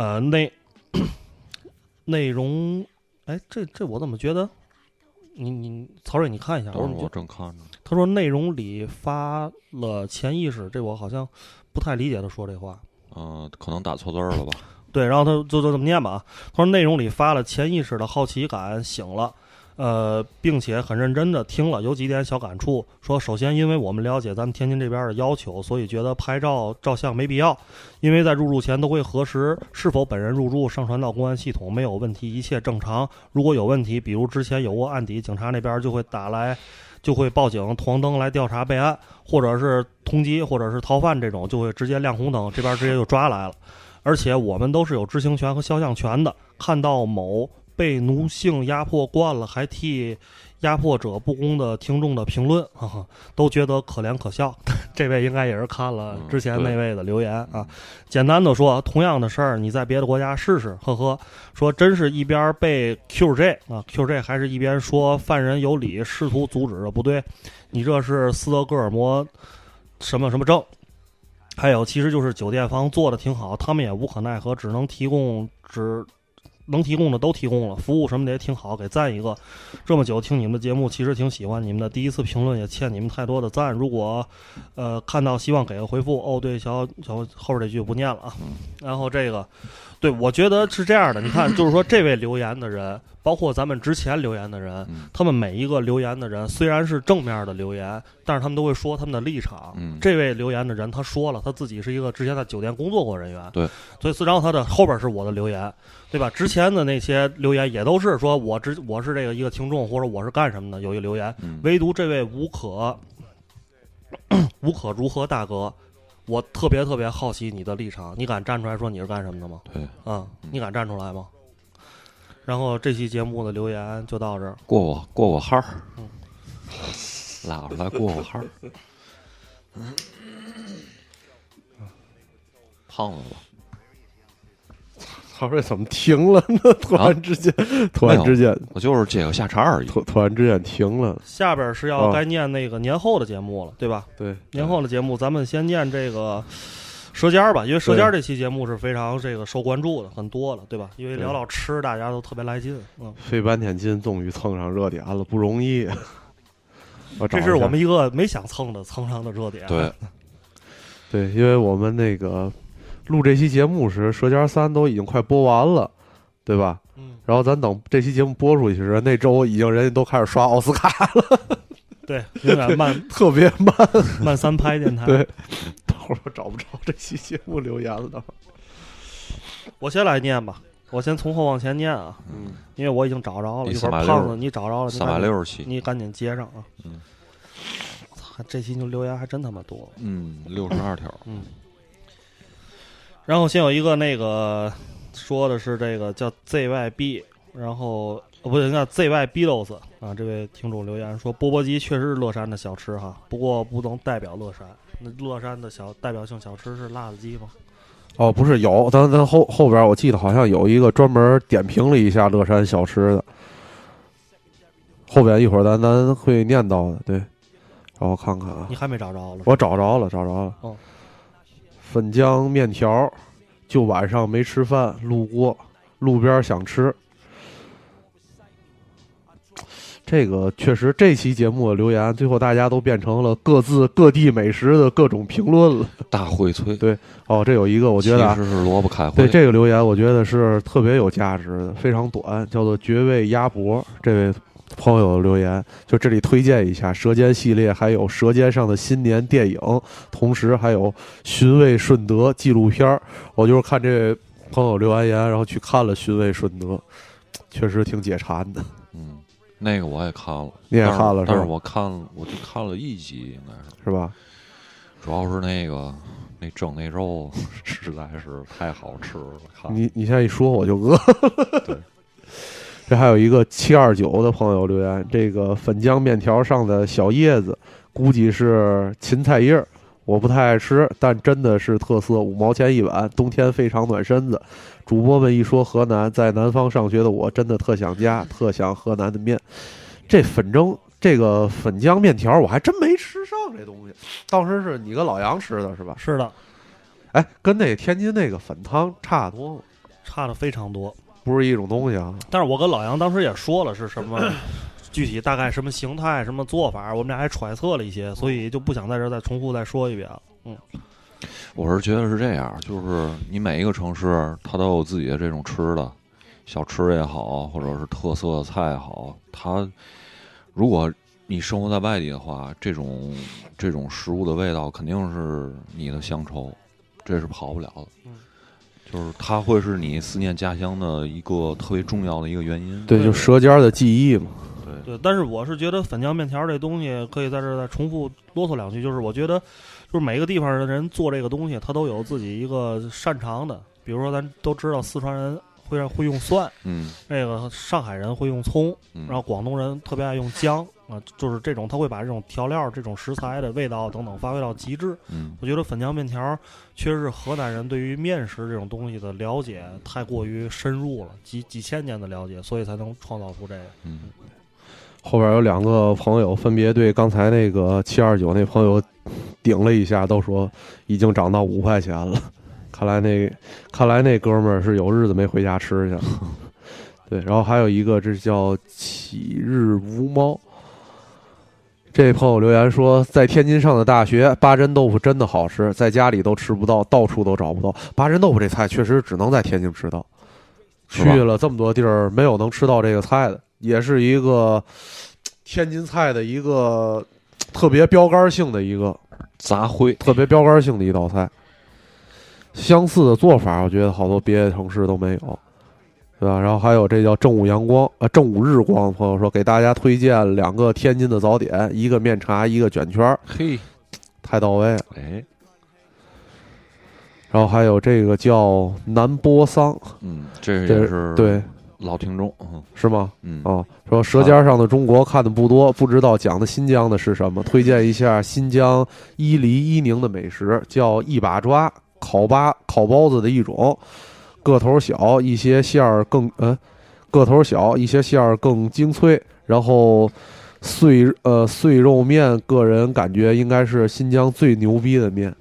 内容，哎，这我怎么觉得？你曹睿，你看一下。 我正看着。 他说内容里发了潜意识，这我好像不太理解他说这话。 可能打错字了吧。 对，然后他就这么念吧。他说内容里发了潜意识的好奇感醒了，并且很认真的听了，有几点小感触。说首先，因为我们了解咱们天津这边的要求，所以觉得拍照照相没必要，因为在入住前都会核实是否本人入住上传到公安系统没有问题，一切正常。如果有问题，比如之前有过案底，警察那边就会报警黄灯来调查备案，或者是通缉或者是逃犯这种，就会直接亮红灯，这边直接就抓来了。而且我们都是有知情权和肖像权的，看到某被奴性压迫惯了还替压迫者不公的听众的评论，呵呵，都觉得可怜可笑。这位应该也是看了之前那位的留言啊。简单的说，同样的事儿你在别的国家试试，呵呵。说真是一边被 QJ 啊 QJ 还是一边说犯人有理，试图阻止的不对，你这是斯德哥尔摩什么什么症。还有，其实就是酒店方做的挺好，他们也无可奈何，只能提供的都提供了，服务什么的也挺好，给赞一个。这么久听你们的节目，其实挺喜欢你们的。第一次评论也欠你们太多的赞，如果看到希望给个回复。哦，对，小后边这句不念了啊。然后这个，对，我觉得是这样的，你看，就是说这位留言的人，包括咱们之前留言的人，他们每一个留言的人虽然是正面的留言，但是他们都会说他们的立场。这位留言的人他说了他自己是一个之前在酒店工作过人员， 对， 所以然后他的后边是我的留言，对吧？之前的那些留言也都是说我是这个一个听众，或者我是干什么的，有一个留言，唯独这位无可如何大哥，我特别好奇你的立场，你敢站出来说你是干什么的吗？ 对， 你敢站出来吗？然后这期节目的留言就到这儿， 过我号，拉出来过我号，胖了吧？ 他说怎么停了呢？突然之间， 我就是接个下茬而已。 突然之间停了。 下边是要该念那个年后的节目了，对吧？ 对， 年后的节目，咱们先念这个舌尖吧，因为舌尖这期节目是非常这个受关注的，很多了，对吧？因为聊吃，大家都特别来劲。 飞半天劲，终于蹭上热点了，不容易。 这是我们一个没想蹭上的热点。 对，因为我们那个。录这期节目时，《舌尖3》都已经快播完了，对吧？然后咱等这期节目播出去时，那周已经人家都开始刷奥斯卡了。 对，有点慢， 特别慢3拍电台。 对，等会儿我找不着这期节目留言了。 我先来念吧，我先从后往前念啊。因为我已经找着了。一会儿胖子你找着了 ，367， 你赶紧接上啊。我操，这期就留言还真他妈多。 62条。 然后先有一个那个说的是这个叫 ZYB， 然后不对，叫 ZYBLOS 啊，这位听众留言说钵钵鸡确实是乐山的小吃哈，不过不能代表乐山。那乐山的代表性小吃是辣子鸡吗？ 哦，不是，有，咱后边我记得好像有一个专门点评了一下乐山小吃的，后边一会儿咱会念到的，对。然后看看啊， 你还没找着了？ 我找着了。 哦。 粉浆面条，就晚上没吃饭，路边想吃。这个确实，这期节目的留言最后大家都变成了各地美食的各种评论了， 大荟萃。 对，这有一个我觉得其实是萝卜开会。 对，这个留言我觉得是特别有价值的，非常短，叫做绝味鸭脖。这位朋友留言，就这里推荐一下舌尖系列，还有舌尖上的新年电影，同时还有寻味顺德纪录片。我就是看这位朋友留完言，然后去看了寻味顺德，确实挺解馋的。 那个我也看了， 你也看了， 但是我就看了1集，应该是吧？ 主要是那蒸那肉实在是太好吃了。 你现在一说我就饿了。对。这还有一个729的朋友留言，这个粉浆面条上的小叶子估计是芹菜叶，我不太爱吃，但真的是特色，5毛钱一碗，冬天非常暖身子。主播们一说河南，在南方上学的我真的特想家，特想河南的面。这个粉浆面条我还真没吃上这东西，当时是你跟老杨吃的是吧？ 是的。 跟那天津那个粉汤差多吗？ 差的非常多。 不是一种东西啊， 但是我跟老杨当时也说了是什么具体大概什么形态什么做法，我们俩还揣测了一些，所以就不想在这再重复再说一遍。 我是觉得是这样，就是你每一个城市它都有自己的这种吃的，小吃也好，或者是特色的菜也好，它如果你生活在外地的话，这种食物的味道肯定是你的乡愁，这是跑不了的。就是它会是你思念家乡的一个特别重要的一个原因。 对，就舌尖的记忆嘛。 对，但是我是觉得粉浆面条这东西可以在这儿再重复啰嗦两句，就是我觉得，就是每个地方的人做这个东西，他都有自己一个擅长的。比如说，咱都知道四川人会用蒜，那个上海人会用葱，然后广东人特别爱用姜啊，就是这种他会把这种调料、这种食材的味道等等发挥到极致。我觉得粉浆面条确实是河南人对于面食这种东西的了解太过于深入了，几千年的了解，所以才能创造出这个。 后边有2个朋友分别对刚才那个729那朋友顶了一下，都说已经涨到5块钱了。看来那哥们儿是有日子没回家吃去了。对，然后还有一个这叫启日无猫，这位朋友留言说，在天津上的大学，八珍豆腐真的好吃，在家里都吃不到，到处都找不到。八珍豆腐这菜确实只能在天津吃到，去了这么多地儿没有能吃到这个菜的，也是一个天津菜的一个特别标杆性的一个杂烩， 特别标杆性的一道菜。相似的做法，我觉得好多别的城市都没有，对吧？然后还有这叫正午阳光正午日光的朋友说，给大家推荐2个天津的早点，一个面茶，一个卷圈。 嘿， 太到位了。 哎， 然后还有这个叫南波桑， 这也是对老听众， 是吗？说舌尖上的中国看的不多，不知道讲的新疆的是什么，推荐一下新疆伊犁伊宁的美食，叫一把抓。烤包子的一种，个头小，一些馅儿更精脆，然后碎肉面，个人感觉应该是新疆最牛逼的面。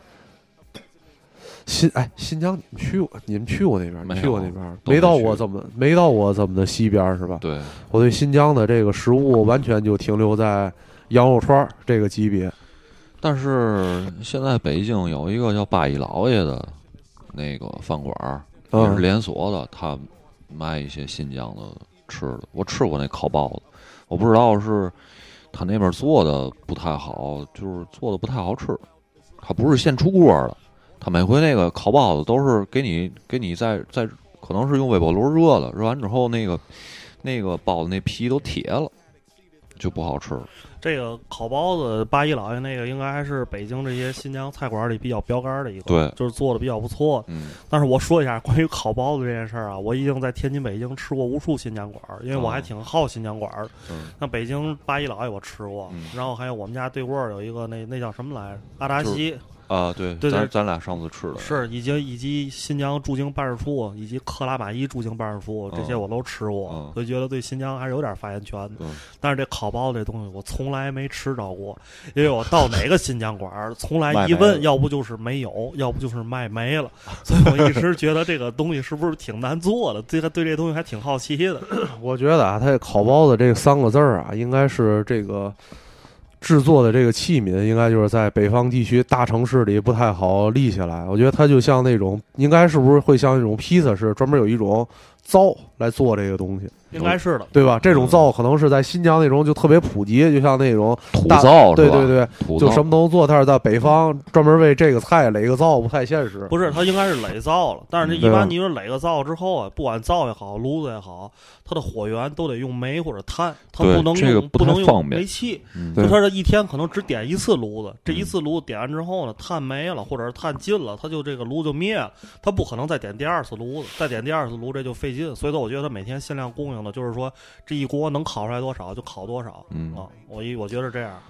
新疆你们去过那边？去过那边？没到我这么的西边是吧？ 对， 我对新疆的这个食物完全就停留在羊肉串这个级别。 但是现在北京有一个叫八一老爷的那个饭馆，也是连锁的，他卖一些新疆的吃的。我吃过那烤包子，我不知道是他那边做的不太好，就是做的不太好吃。他不是现出锅的，他每回那个烤包子都是给你在可能是用微波炉热了，热完之后那个包子那皮都铁了，就不好吃了。 这个烤包子，八一老爷那个应该还是北京这些新疆菜馆里比较标杆的一个， 对， 就是做的比较不错。但是我说一下关于烤包子这件事儿啊，我已经在天津、北京吃过无数新疆馆，因为我还挺好新疆馆。那北京八一老爷我吃过，然后还有我们家对过有一个那叫什么来着，阿达西。 对，咱俩上次吃的是以及新疆驻京办事处以及克拉玛依驻京办事处这些我都吃过，所以觉得对新疆还是有点发言权的。但是这烤包子这东西我从来没吃着过，因为我到哪个新疆馆从来一问，要不就是没有，要不就是卖没了，所以我一直觉得这个东西是不是挺难做的，对这东西还挺好奇的。 我觉得它烤包子这3个字啊，应该是这个制作的这个器皿应该就是在北方地区大城市里不太好立起来，我觉得它就像那种，应该是不是会像那种披萨是专门有一种灶来做这个东西， 应该是的， 对吧？这种灶可能是在新疆那种就特别普及，就像那种土灶， 对，就什么都做，但是在北方专门为这个菜垒个灶不太现实。 不是，它应该是垒灶了，但是一般你说垒个灶之后啊，不管灶也好，炉子也好，它的火源都得用煤或者炭，它不能用煤气，就它这一天可能只点一次炉子，这一次炉子点完之后呢，炭没了或者是炭尽了，它就这个炉就灭了，它不可能再点第2次炉子，再点第2次炉这就费劲，所以说我觉得它每天限量供应的就是说这一锅能烤出来多少就烤多少，我觉得这样。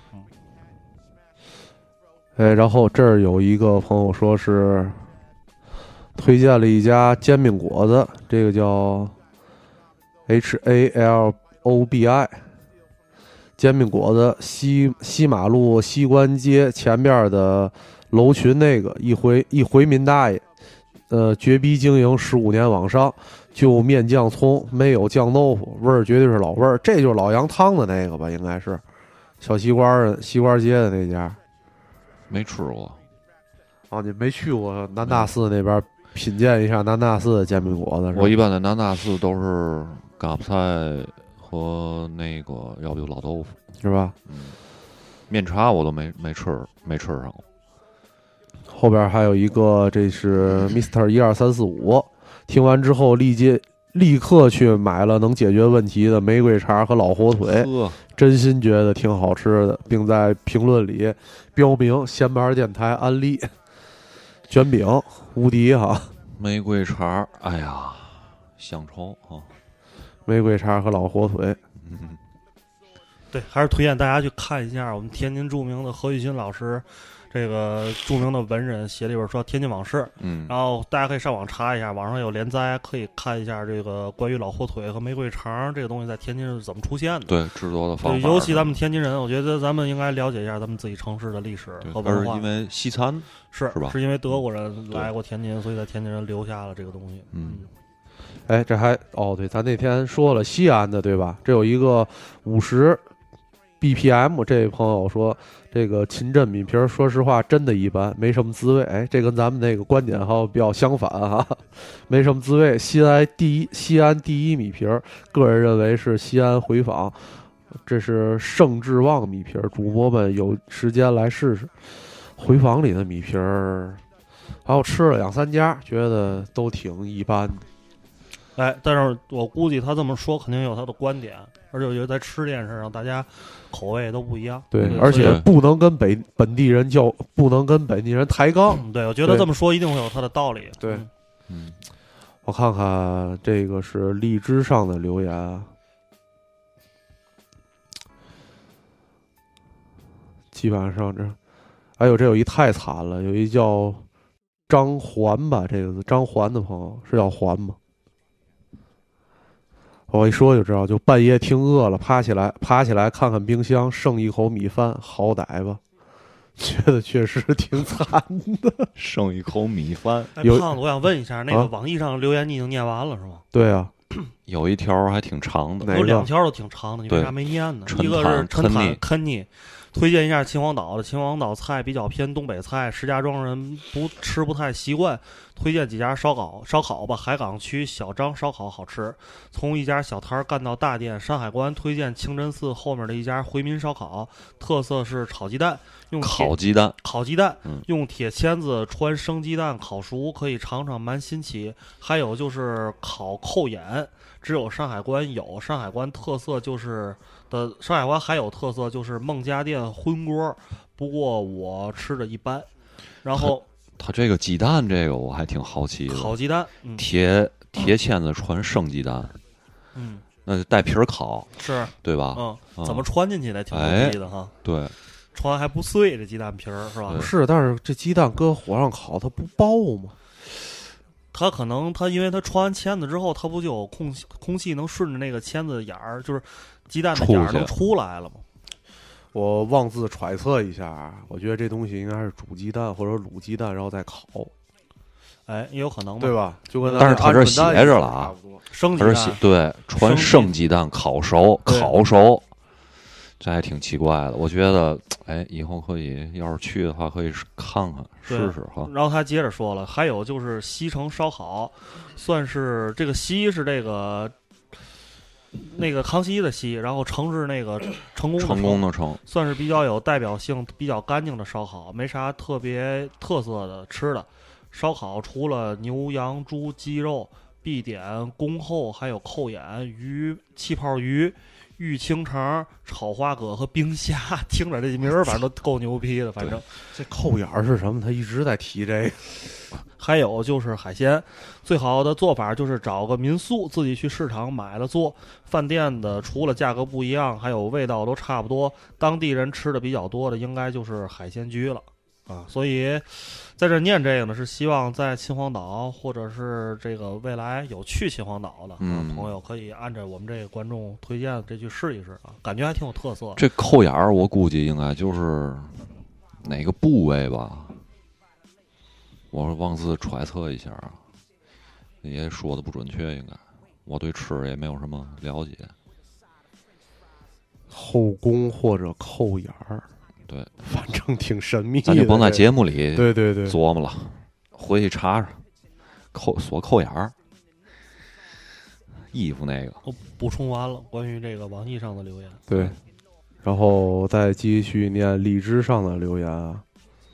然后这儿有一个朋友说是推荐了一家煎饼果子，这个叫 HALOBI 煎饼果子，西马路西关街前面的楼群那个一回民大爷，绝逼经营15年往上，就面酱葱，没有酱豆腐，味儿绝对是老味儿，这就是老杨汤的那个吧，应该是小西瓜街的那家。 没吃过， 哦，你没去过南大寺那边品鉴一下南大寺的煎饼果子是吧？ 我一般在南大寺都是嘎巴菜和那个，要不就老豆腐， 是吧？ 面茶我都没吃上过。 后边还有一个，这是 Mr.12345，听完之后立刻去买了能解决问题的玫瑰茶和老火腿，真心觉得挺好吃的，并在评论里标明闲板电台安利。卷饼无敌哈， 玫瑰茶，哎呀，乡愁啊！ 玫瑰茶和老火腿， 对，还是推荐大家去看一下我们天津著名的何玉新老师，这个著名的文人写了一本书《天津往事》，然后大家可以上网查一下，网上有连载，可以看一下这个关于老火腿和玫瑰肠这个东西在天津是怎么出现的。 对，制作的方法。 对，尤其咱们天津人，我觉得咱们应该了解一下咱们自己城市的历史和文化。 而是因为西餐是吧？ 是因为德国人来过天津，所以在天津人留下了这个东西。 哎，这还对，咱那天说了西安的对吧？这有一个50 BPM， 这位朋友说这个秦镇米皮儿，说实话真的一般，没什么滋味。哎，这跟咱们那个观点比较相反哈，没什么滋味。西安第一米皮儿，个人认为是西安回坊，这是盛致旺米皮儿，主播们有时间来试试。回坊里的米皮儿，然后吃了2、3家，觉得都挺一般的。 哎，但是我估计他这么说肯定有他的观点，而且我觉得在吃这件事上，大家口味都不一样。 对，而且不能跟本地人抬杠。 对，我觉得这么说一定会有他的道理。 对，我看看这个是荔枝上的留言啊，基本上这有一太惨了，有一叫张环吧，这个张环的朋友是叫环吗？我一说就知道，就半夜听饿了，爬起来看看冰箱，剩一口米饭，好歹吧，觉得确实挺惨的， 剩一口米饭。 哎，胖子，我想问一下，那个网易上留言你已经念完了是吗？ 对啊， 有一条还挺长的， 有2条都挺长的，你为啥没念呢？一个是陈坦肯尼。推荐一下秦皇岛的，秦皇岛菜比较偏东北菜，石家庄人不太习惯。推荐几家烧烤吧，海港区小张烧烤好吃。从一家小摊干到大店，山海关推荐清真寺后面的一家回民烧烤，特色是炒鸡蛋，烤鸡蛋，用铁签子穿生鸡蛋烤熟，可以尝尝，蛮新奇。还有就是烤扣眼，只有山海关有，山海关特色就是山海关还有特色就是孟家店荤锅，不过我吃的一般。然后他这个鸡蛋，这个我还挺好奇的。 烤鸡蛋， 铁签子穿生鸡蛋，那就带皮儿烤， 是对吧？ 怎么穿进去的？挺牛逼的哈。 对， 穿还不碎，这鸡蛋皮儿是吧？ 是，但是这鸡蛋搁火上烤，它不爆吗？ 它可能因为它穿完签子之后，它不就有空气能顺着那个签子眼儿，就是鸡蛋的眼儿能出来了吗？ 我妄自揣测一下，我觉得这东西应该是煮鸡蛋或者卤鸡蛋，然后再烤。 哎，也有可能吧， 对吧？就跟但是他这写着了啊， 生鸡蛋， 对，传生鸡蛋烤熟，这还挺奇怪的。我觉得，哎，以后可以，要是去的话，可以看看试试哈。 然后他接着说了，还有就是西城烧烤，算是这个西是这个。那个康熙的熙，然后城是那个成功的成， 算是比较有代表性、比较干净的烧烤，没啥特别特色的吃的。烧烤除了牛羊猪鸡肉，必点恭候，还有扣眼鱼、气泡鱼、玉清肠、炒花蛤和冰虾。听着这名儿反正都够牛逼的，反正这扣眼是什么？他一直在提这个。 还有就是海鲜，最好的做法就是找个民宿，自己去市场买了做。饭店的除了价格不一样，还有味道都差不多。当地人吃的比较多的，应该就是海鲜居了啊。所以在这念这个呢，是希望在秦皇岛或者是这个未来有去秦皇岛的朋友，可以按照我们这个观众推荐这去试一试啊，感觉还挺有特色。 这扣眼儿，我估计应该就是哪个部位吧。我是妄自揣测一下啊，也说的不准确，应该我对吃也没有什么了解。 后宫或者扣眼儿， 对， 反正正挺神秘的。 咱就甭在节目里对琢磨了，回去查查，扣眼儿。衣服那个我补充完了关于这个网易上的留言。 对，然后再继续念荔枝上的留言啊。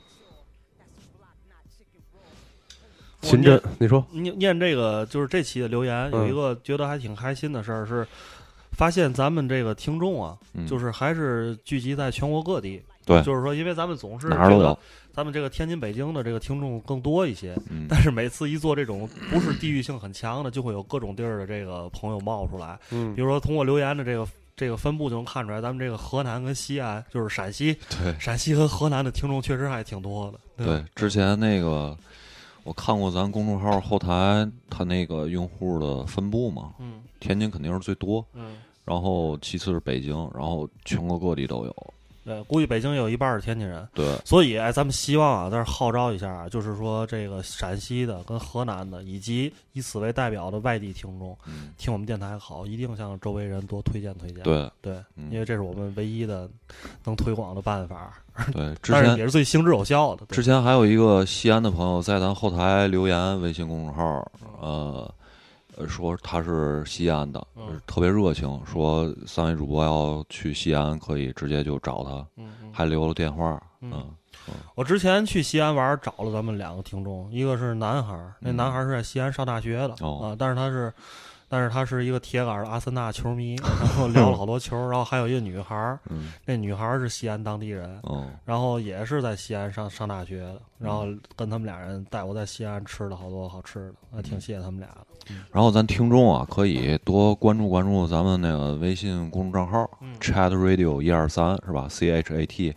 秦真，你说念这个就是这期的留言，有一个觉得还挺开心的事儿是，发现咱们这个听众啊，就是还是聚集在全国各地。 对， 就是说，因为咱们总是哪儿都有， 咱们这个天津、北京的这个听众更多一些，但是每次一做这种不是地域性很强的，就会有各种地儿的这个朋友冒出来。比如说通过留言的这个分布就能看出来，咱们这个河南跟西安，就是陕西， 对， 陕西和河南的听众确实还挺多的。 对，之前那个我看过咱公众号后台他那个用户的分布嘛，天津肯定是最多，然后其次是北京，然后全国各地都有。 对，估计北京有一半是天津人。 对， 所以咱们希望啊，在这号召一下啊，就是说这个陕西的跟河南的，以及以此为代表的外地听众，听我们电台好，一定向周围人多推荐推荐。对，因为这是我们唯一的能推广的办法。 对， 但是也是最行之有效的。 之前还有一个西安的朋友在咱后台留言，微信公众号，说他是西安的，特别热情，说三位主播要去西安可以直接就找他，还留了电话。 我之前去西安玩，找了咱们2个听众，一个是男孩，那男孩是在西安上大学的但是他是一个铁杆的阿森纳球迷，然后聊了好多球，然后还有一个女孩，那女孩是西安当地人，然后也是在西安上大学的，然后跟他们俩人带我在西安吃了好多好吃的，还挺谢谢他们俩的。 然后咱听众啊，可以多关注咱们那个微信公众账号，Chat Radio 123是吧 ？CHAT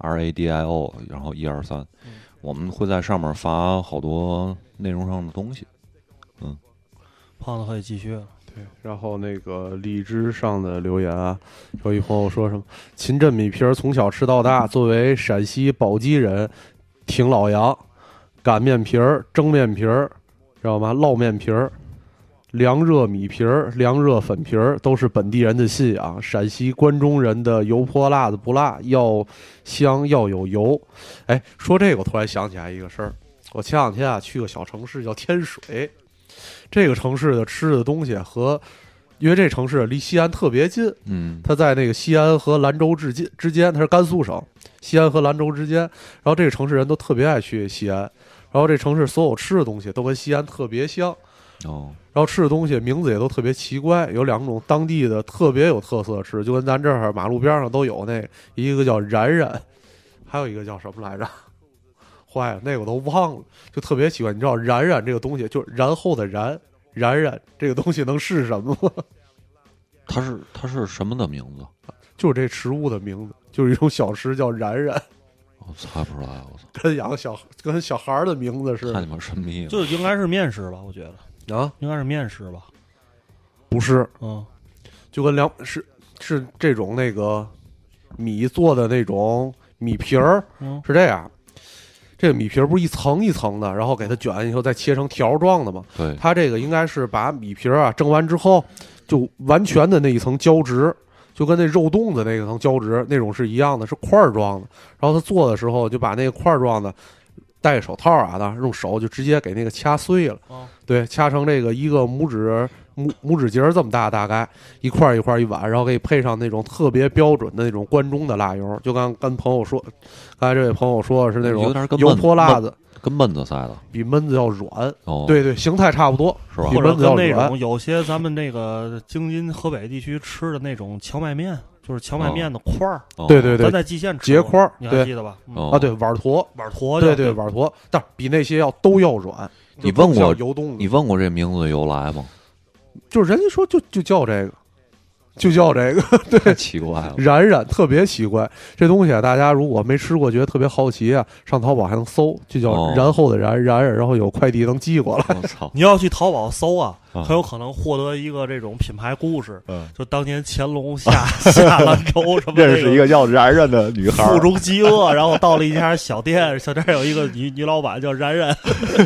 RADIO， 然后123，我们会在上面发好多内容上的东西。 胖子可以继续了。 对，然后那个荔枝上的留言啊，有一朋友说什么秦镇米皮儿从小吃到大，作为陕西宝鸡人，挺老杨，擀面皮儿、蒸面皮儿，知道吗？烙面皮儿、凉热米皮儿、凉热粉皮儿，都是本地人的信仰。陕西关中人的油泼辣子不辣，要香要有油。哎，说这个我突然想起来一个事儿，我前两天啊去个小城市叫天水。这个城市的吃的东西因为这城市离西安特别近，它在那个西安和兰州之间，它是甘肃省，西安和兰州之间。然后这个城市人都特别爱去西安，然后这城市所有吃的东西都跟西安特别像。然后吃的东西名字也都特别奇怪，有2种当地的特别有特色的吃，就跟咱这儿马路边上都有一个叫然然，还有一个叫什么来着？坏了，那个我都忘了，就特别奇怪。你知道然然这个东西，就是然后的然然这个东西能是什么吗？ 它是什么的名字？ 就是这食物的名字，就是一种小吃叫然然。 我猜不出来，我操， 跟小孩的名字似的， 太他妈神秘了。 就应该是面食吧，我觉得啊， 应该是面食吧？ 不是，就跟是这种那个米做的那种米皮儿，是这样。这个米皮儿不是一层一层的，然后给它卷以后再切成条状的吗？ 对， 它这个应该是把米皮儿啊蒸完之后，就完全的那一层胶质，就跟那肉冻的那个层胶质那种是一样的，是块状的。然后他做的时候就把那个块状的戴手套啊的，用手就直接给那个掐碎了。对，掐成这个一个拇指节这么大，大概一块一块一碗，然后给你配上那种特别标准的那种关中的辣油。就刚跟朋友说，刚才这位朋友说的是那种油泼辣子， 跟焖子似的， 比焖子要软。对，形态差不多， 是吧？ 比焖子要软。 或者跟那种有些咱们那个京津河北地区吃的那种荞麦面，就是荞麦面的块儿。 对对对， 咱在蓟县吃结块儿， 你还记得吧？ 对，碗坨，对，碗坨，但比那些都要软。 你问过油冻？ 你问过这名字的由来吗？ 就是人家说就叫这个，就叫这个，对， 太奇怪了， 然然特别奇怪。这东西啊，大家如果没吃过，觉得特别好奇啊，上淘宝还能搜，就叫然后的然然，然后有快递能寄过来。 我操！ 你要去淘宝搜啊，很有可能获得一个这种品牌故事。就当年乾隆下兰州什么， 认识一个叫然然的女孩， 腹中饥饿，然后到了一家小店，小店有一个女老板叫然然。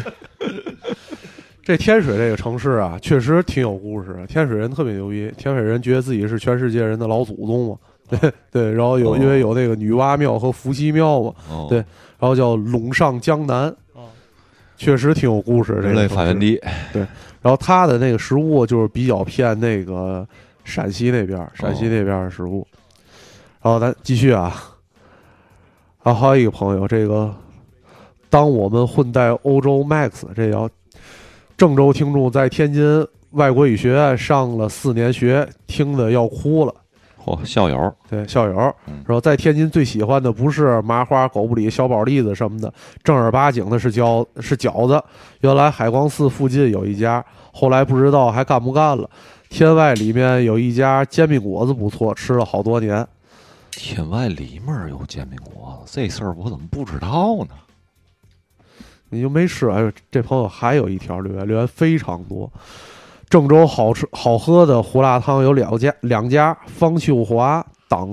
这天水这个城市啊，确实挺有故事。天水人特别牛逼，天水人觉得自己是全世界人的老祖宗嘛， 对，然后因为有那个女娲庙和伏羲庙嘛，对，然后叫陇上江南，确实挺有故事。 人类发源地， 对，然后它的那个食物就是比较偏那个陕西那边的食物。然后咱继续啊，然后还有一个朋友，这个当我们混在欧洲 Max， 这叫郑州听众在天津外国语学院上了4年学，听得要哭了。 校友， 对，校友。然后在天津最喜欢的不是麻花、狗不理、小宝栗子什么的，正儿八经的是饺子。原来海光寺附近有一家，后来不知道还干不干了。天外里面有一家煎饼果子不错，吃了好多年。 天外里面有煎饼果子，这事儿我怎么不知道呢？ 你就没吃？哎呦，这朋友还有一条留言非常多。郑州好吃好喝的胡辣汤有两家，方秀华、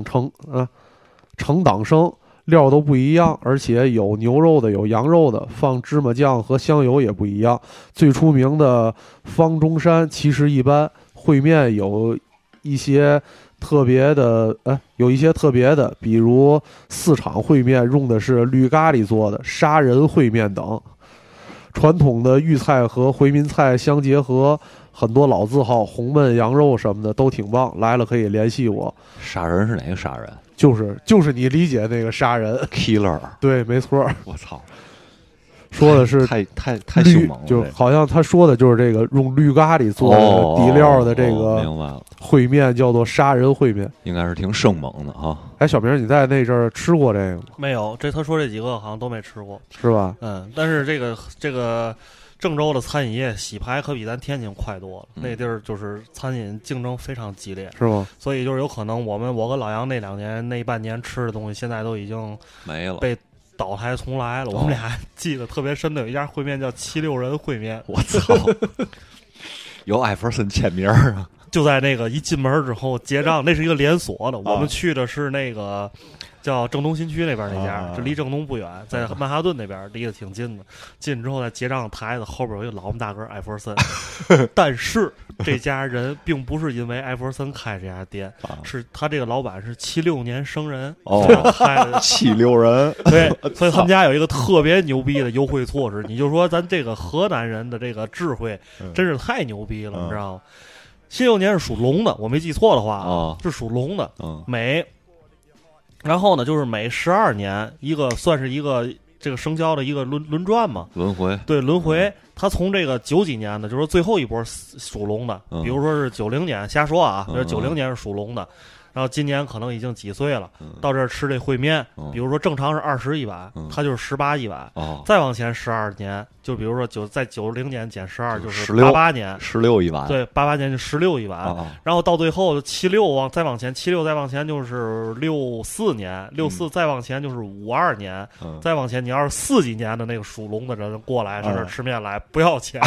程党生，料都不一样，而且有牛肉的，有羊肉的，放芝麻酱和香油也不一样。最出名的方中山其实一般，烩面有一些特别的，比如4厂烩面用的是绿咖喱做的杀人烩面等。传统的豫菜和回民菜相结合，很多老字号红焖羊肉什么的都挺棒，来了可以联系我。 杀人是哪个杀人？ 就是你理解那个杀人 killer， 对，没错。 我操， 说的是太凶猛了， 就好像他说的就是这个用绿咖喱做的底料的这个烩面叫做杀人烩面， 应该是挺生猛的哈。 哎，小明，你在那阵儿吃过这个吗？ 没有，他说这几个好像都没吃过， 是吧？ 但是这个郑州的餐饮业洗牌可比咱天津快多了，那地儿就是餐饮竞争非常激烈， 是吗？ 所以就是有可能我跟老杨那2年那半年吃的东西，现在都已经没了， 被倒台重来了。我们俩记得特别深的有一家烩面叫76人烩面， 我操，有艾弗森签名啊！ 就在那个一进门之后结账，那是一个连锁的，我们去的是那个叫郑东新区那边那家，这离郑东不远，在曼哈顿那边，离得挺近的。进之后在结账台子后边有一个老么大个艾弗森，但是这家人并不是因为艾弗森开这家店，是他这个老板是76年生人开的 76人， 对，所以他们家有一个特别牛逼的优惠措施。你就说咱这个河南人的这个智慧真是太牛逼了，你知道吗？76年是属龙的，我没记错的话是属龙的，然后呢，就是每12年算是一个这个生肖的一个轮转嘛， 轮回。 对，轮回。他从这个90几年的，就是最后一波属龙的，比如说是90年，瞎说啊，这90年是属龙的。然后今年可能已经几岁了，到这儿吃这烩面，比如说正常是20一碗，他就是18一碗，再往前12年，就比如说在90年减12就是88年 ，16一碗， 对，88年就16一碗，然后到最后76再往前，76再往前就是64年，64再往前就是52年，再往前你要是4几年的那个属龙的人过来上这儿吃面来，不要钱，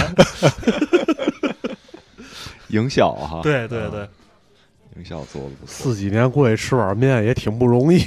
营销哈， 对对对。 营销做的不错 ，4几年过去吃碗面也挺不容易。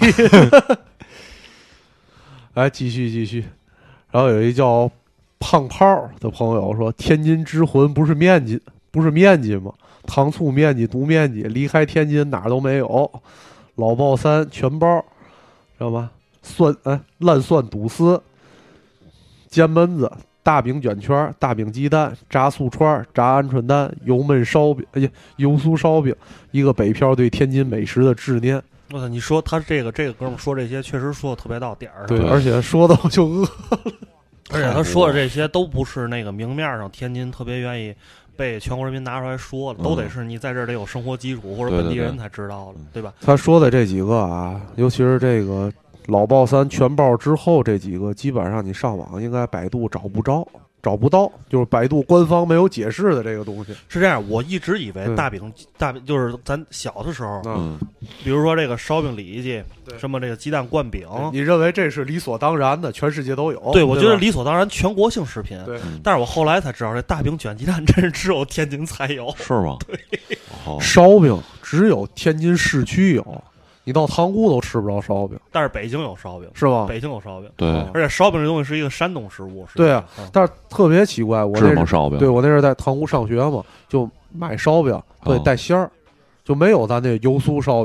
来，继续。然后有一叫胖炮的朋友说：“天津之魂不是面筋吗？糖醋面筋、毒面筋，离开天津哪儿都没有。老爆3全包，知道吗？烂蒜肚丝、煎焖子。”大饼卷圈、大饼鸡蛋、炸素串、炸鹌鹑蛋、油焖烧饼，油酥烧饼，一个北漂对天津美食的执念。 我操，你说他这个哥们说这些，确实说的特别到点儿。 对，而且说的我就饿了。 而且他说的这些都不是那个明面上天津特别愿意被全国人民拿出来说的，都得是你在这儿得有生活基础或者本地人才知道的，对吧？ 他说的这几个啊，尤其是这个。老爆3全爆之后，这几个基本上你上网应该百度找不到，就是百度官方没有解释的这个东西。 是这样，我一直以为大饼就是咱小的时候，比如说这个烧饼里脊，什么这个鸡蛋灌饼， 你认为这是理所当然的，全世界都有？ 对，我觉得理所当然，全国性食品。 对， 但是我后来才知道，这大饼卷鸡蛋真是只有天津才有， 是吗？ 对， 烧饼只有天津市区有。你到塘沽都吃不着烧饼， 但是北京有烧饼， 是吧？ 北京有烧饼， 对， 而且烧饼这东西是一个山东食物， 对啊。但是特别奇怪，我芝麻烧饼， 对我那是在塘沽上学嘛，就买烧饼会带馅儿，就没有咱那油酥烧饼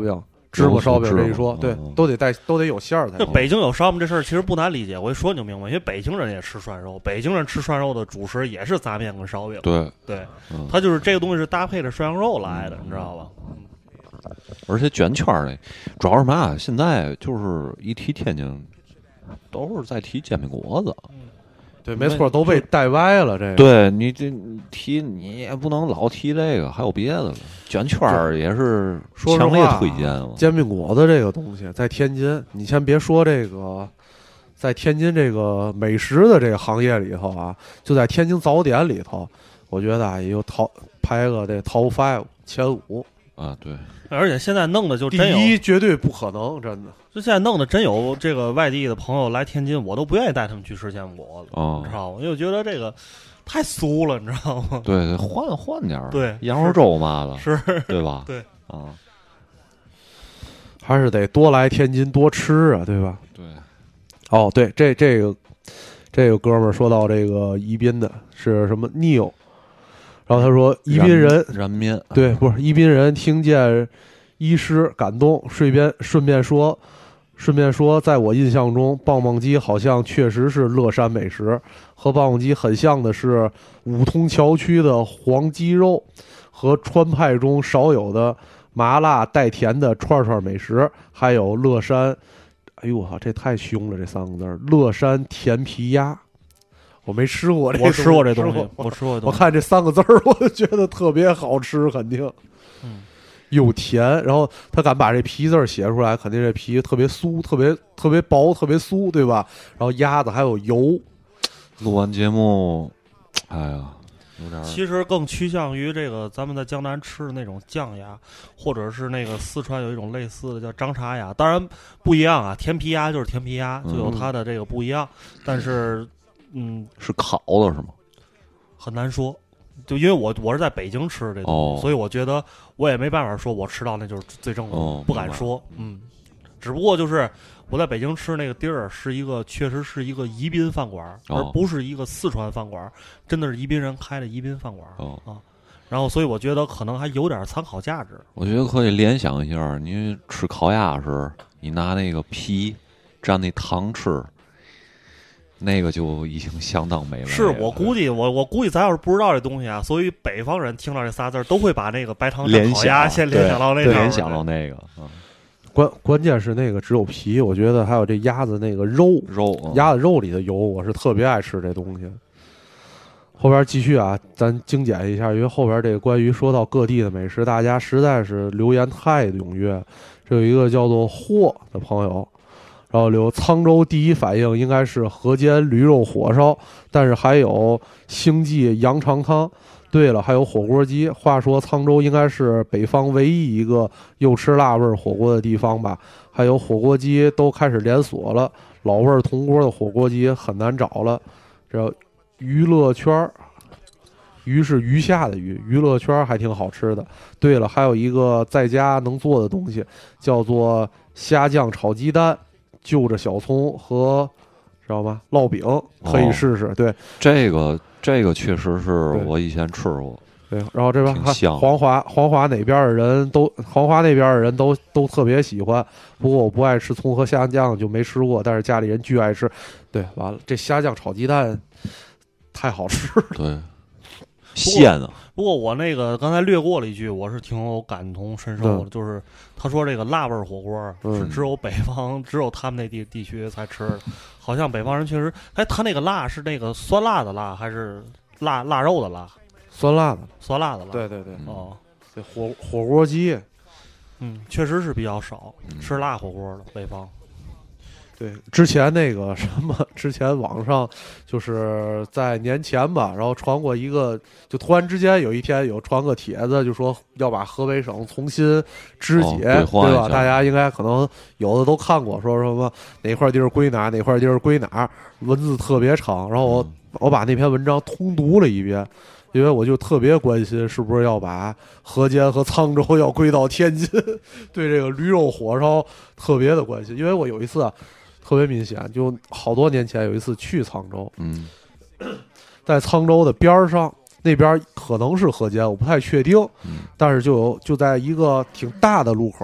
芝麻烧饼这一说，对，都得有馅儿才这行。 北京有烧饼这事儿其实不难理解，我一说你就明白，因为北京人也吃涮肉，北京人吃涮肉的主食也是杂面跟烧饼。 对， 它就是这个东西是搭配着涮羊肉来的，你知道吧？ 而且卷圈儿嘞，主要是嘛？现在就是一提天津，都是在提煎饼果子。 对，没错，都被带歪了。这个， 对你这提你也不能老提这个，还有别的了。卷圈儿也是强烈推荐嘛。 煎饼果子这个东西，在天津，你先别说这个，在天津这个美食的这个行业里头啊，就在天津早点里头，我觉得啊，也就排个这 Top 5前5 啊。对， 而且现在弄的就真有第一，绝对不可能，真的。 就现在弄的真有这个外地的朋友来天津，我都不愿意带他们去吃煎饼果子，你知道吗？因为我觉得这个太俗了，你知道吗？ 对，换点儿， 对， 羊肉粥嘛的， 是， 对吧？ 对啊， 还是得多来天津多吃啊，对吧？ 对。 哦，对，这个哥们儿说到这个宜宾的是什么 Neo， 然后他说宜宾人燃面， 对，不是宜宾人听见医师感动，顺便说，在我印象中，棒棒鸡好像确实是乐山美食。和棒棒鸡很像的是五通桥区的黄鸡肉，和川派中少有的麻辣带甜的串串美食，还有乐山，哎呦我这太凶了，这3个字，乐山甜皮鸭。我没吃过这东西， 我吃过这东西，我吃过。 我看这3个字我就觉得特别好吃，肯定。又甜，然后他敢把这皮字写出来，肯定这皮特别酥，特别薄，特别酥，对吧？然后鸭子还有油。 录完节目，哎呀，有点。 其实更趋向于这个咱们在江南吃的那种酱鸭，或者是那个四川有一种类似的叫张茶鸭，当然不一样啊，甜皮鸭就是甜皮鸭，就有它的这个不一样，但是是烤的是吗？ 很难说。就因为我是在北京吃这东西，所以我觉得我也没办法说我吃到那就是最正宗，不敢说。只不过就是我在北京吃那个地儿确实是一个宜宾饭馆，而不是一个四川饭馆，真的是宜宾人开的宜宾饭馆啊。然后所以我觉得可能还有点参考价值。 我觉得可以联想一下，你吃烤鸭时，你拿那个皮蘸那糖吃。那个就已经相当美味了。 是我估计，我估计咱要是不知道这东西啊，所以北方人听到这仨字都会把那个白糖烤鸭先联想到那个， 联想到那个。 关键是那个只有皮，我觉得还有这鸭子那个肉，鸭子肉里的油，我是特别爱吃这东西。后边继续啊，咱精简一下，因为后边这个关于说到各地的美食，大家实在是留言太踊跃。这有一个叫做霍的朋友。然后沧州第一反应应该是河间驴肉火烧，但是还有星记羊肠汤。对了，还有火锅鸡。话说沧州应该是北方唯一一个又吃辣味火锅的地方吧？还有火锅鸡都开始连锁了，老味铜锅的火锅鸡很难找了。这娱乐圈，鱼是鱼下的鱼，娱乐圈还挺好吃的。对了，还有一个在家能做的东西，叫做虾酱炒鸡蛋。就着小葱和知道吗烙饼可以试试。对， 这个确实是我以前吃过。 对，然后这边黄华那边的人都特别喜欢，不过我不爱吃葱和虾酱就没吃过，但是家里人巨爱吃。对，完了这虾酱炒鸡蛋太好吃了。 对，鲜啊。 不过我那个刚才略过了一句，我是挺有感同身受的，就是他说这个辣味火锅是只有北方，只有他们那地区才吃的，好像北方人确实，他那个辣是那个酸辣的辣还是腊肉的辣？ 酸辣的辣。对， 哦， 这火锅鸡， 确实是比较少吃辣火锅的北方。 对，之前那个什么，之前网上就是在年前吧，然后传过一个，就突然之间有一天有传个帖子，就说要把河北省重新肢解，对吧？大家应该可能有的都看过，说什么哪块地儿归哪，哪块地儿归哪，文字特别长。然后我把那篇文章通读了一遍，因为我就特别关心是不是要把河间和沧州要归到天津，对这个驴肉火烧特别的关心，因为我有一次特别明显，就好多年前有一次去沧州，在沧州的边上，那边可能是河间，我不太确定，但是就在一个挺大的路口，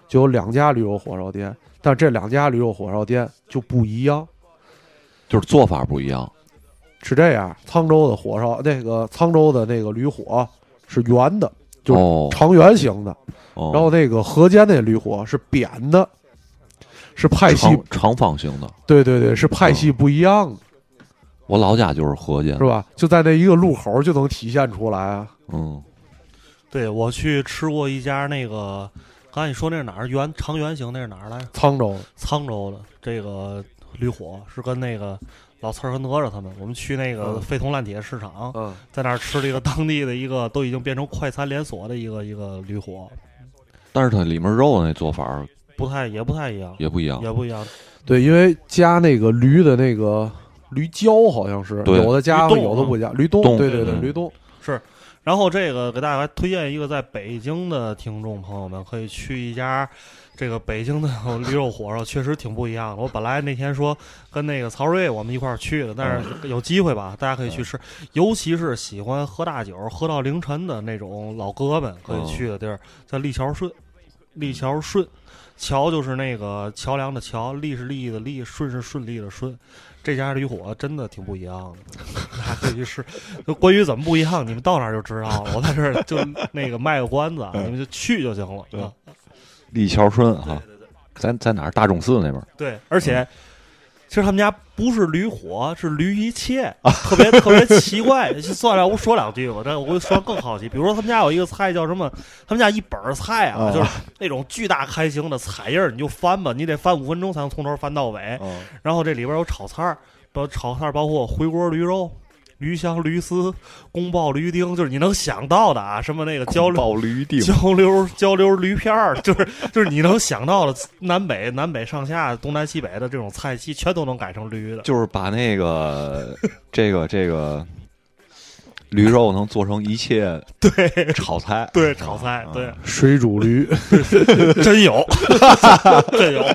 就有2家驴肉火烧店，但这2家驴肉火烧店就不一样， 就是做法不一样。 是这样，沧州的火烧，沧州的那个驴火是圆的，就是长圆形的，然后那个河间那驴火是扁的，是派系长方形的。 对对对，是派系不一样的。 我老家就是河间， 是吧？就在那一个路口就能体现出来啊。 对，我去吃过一家那个，刚才你说那是哪儿？长圆形那是哪儿来？ 沧州的这个驴火是跟那个老刺儿和哪吒他们，我们去那个废铜烂铁市场，在那儿吃了一个当地的一个都已经变成快餐连锁的一个驴火， 但是它里面肉的那做法也不太一样， 也不一样。 对，因为加那个驴的那个驴胶好像是有的加，有的不加。驴冻，对对对，驴冻是。然后这个给大家推荐一个在北京的听众朋友们可以去一家这个北京的驴肉火烧，确实挺不一样的。我本来那天说跟那个曹睿我们一块儿去的，但是有机会吧，大家可以去吃，尤其是喜欢喝大酒喝到凌晨的那种老哥们可以去的地儿，叫立桥顺。桥就是那个桥梁的桥，利是利益的利，顺是顺利的顺。这家驴火真的挺不一样的，大家可以去试。关于怎么不一样，你们到那儿就知道了。我在这儿就那个卖个关子，你们就去就行了。 立桥顺哈，在哪儿？大钟寺那边。 对，而且其实他们家不是驴火，是驴一切，特别奇怪。算了，我说2句吧，我说更好奇。比如说他们家有一个菜叫什么？他们家一本菜啊，就是那种巨大开型的彩页，你就翻吧，你得翻5分钟才能从头翻到尾。然后这里边有炒菜，包括回锅驴肉、驴香、驴丝、宫爆驴丁，就是你能想到的啊，什么那个焦溜驴片儿，就是你能想到的南北上下、东南西北的这种菜系，全都能改成驴的。 就是把那个这个驴肉能做成一切对炒菜， 对炒菜，对水煮驴， 真有，真有。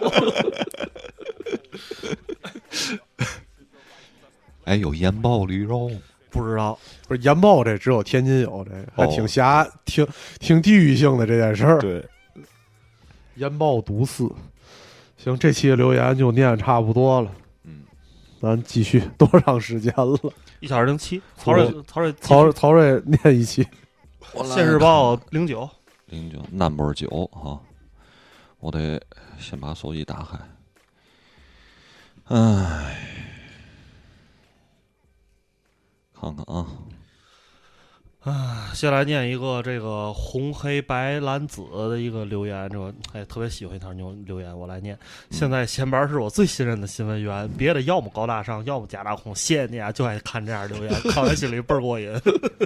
哎，有盐爆驴肉， 不知道， 不是盐爆这只有天津有，这还挺地域性的这件事儿。 对， 盐爆毒丝。行，这期的留言就念差不多了。咱继续，多长时间了 ？1小时07。曹睿念一期。 现世报09 number 9哈，我得先把手机打开。看看先来念一个这个红黑白蓝紫的一个留言，特别喜欢一条留言，我来念。现在闲班是我最信任的新闻源，别的要么高大上，要么假大空，谢谢你啊，就爱看这样留言，看完心里倍儿过瘾。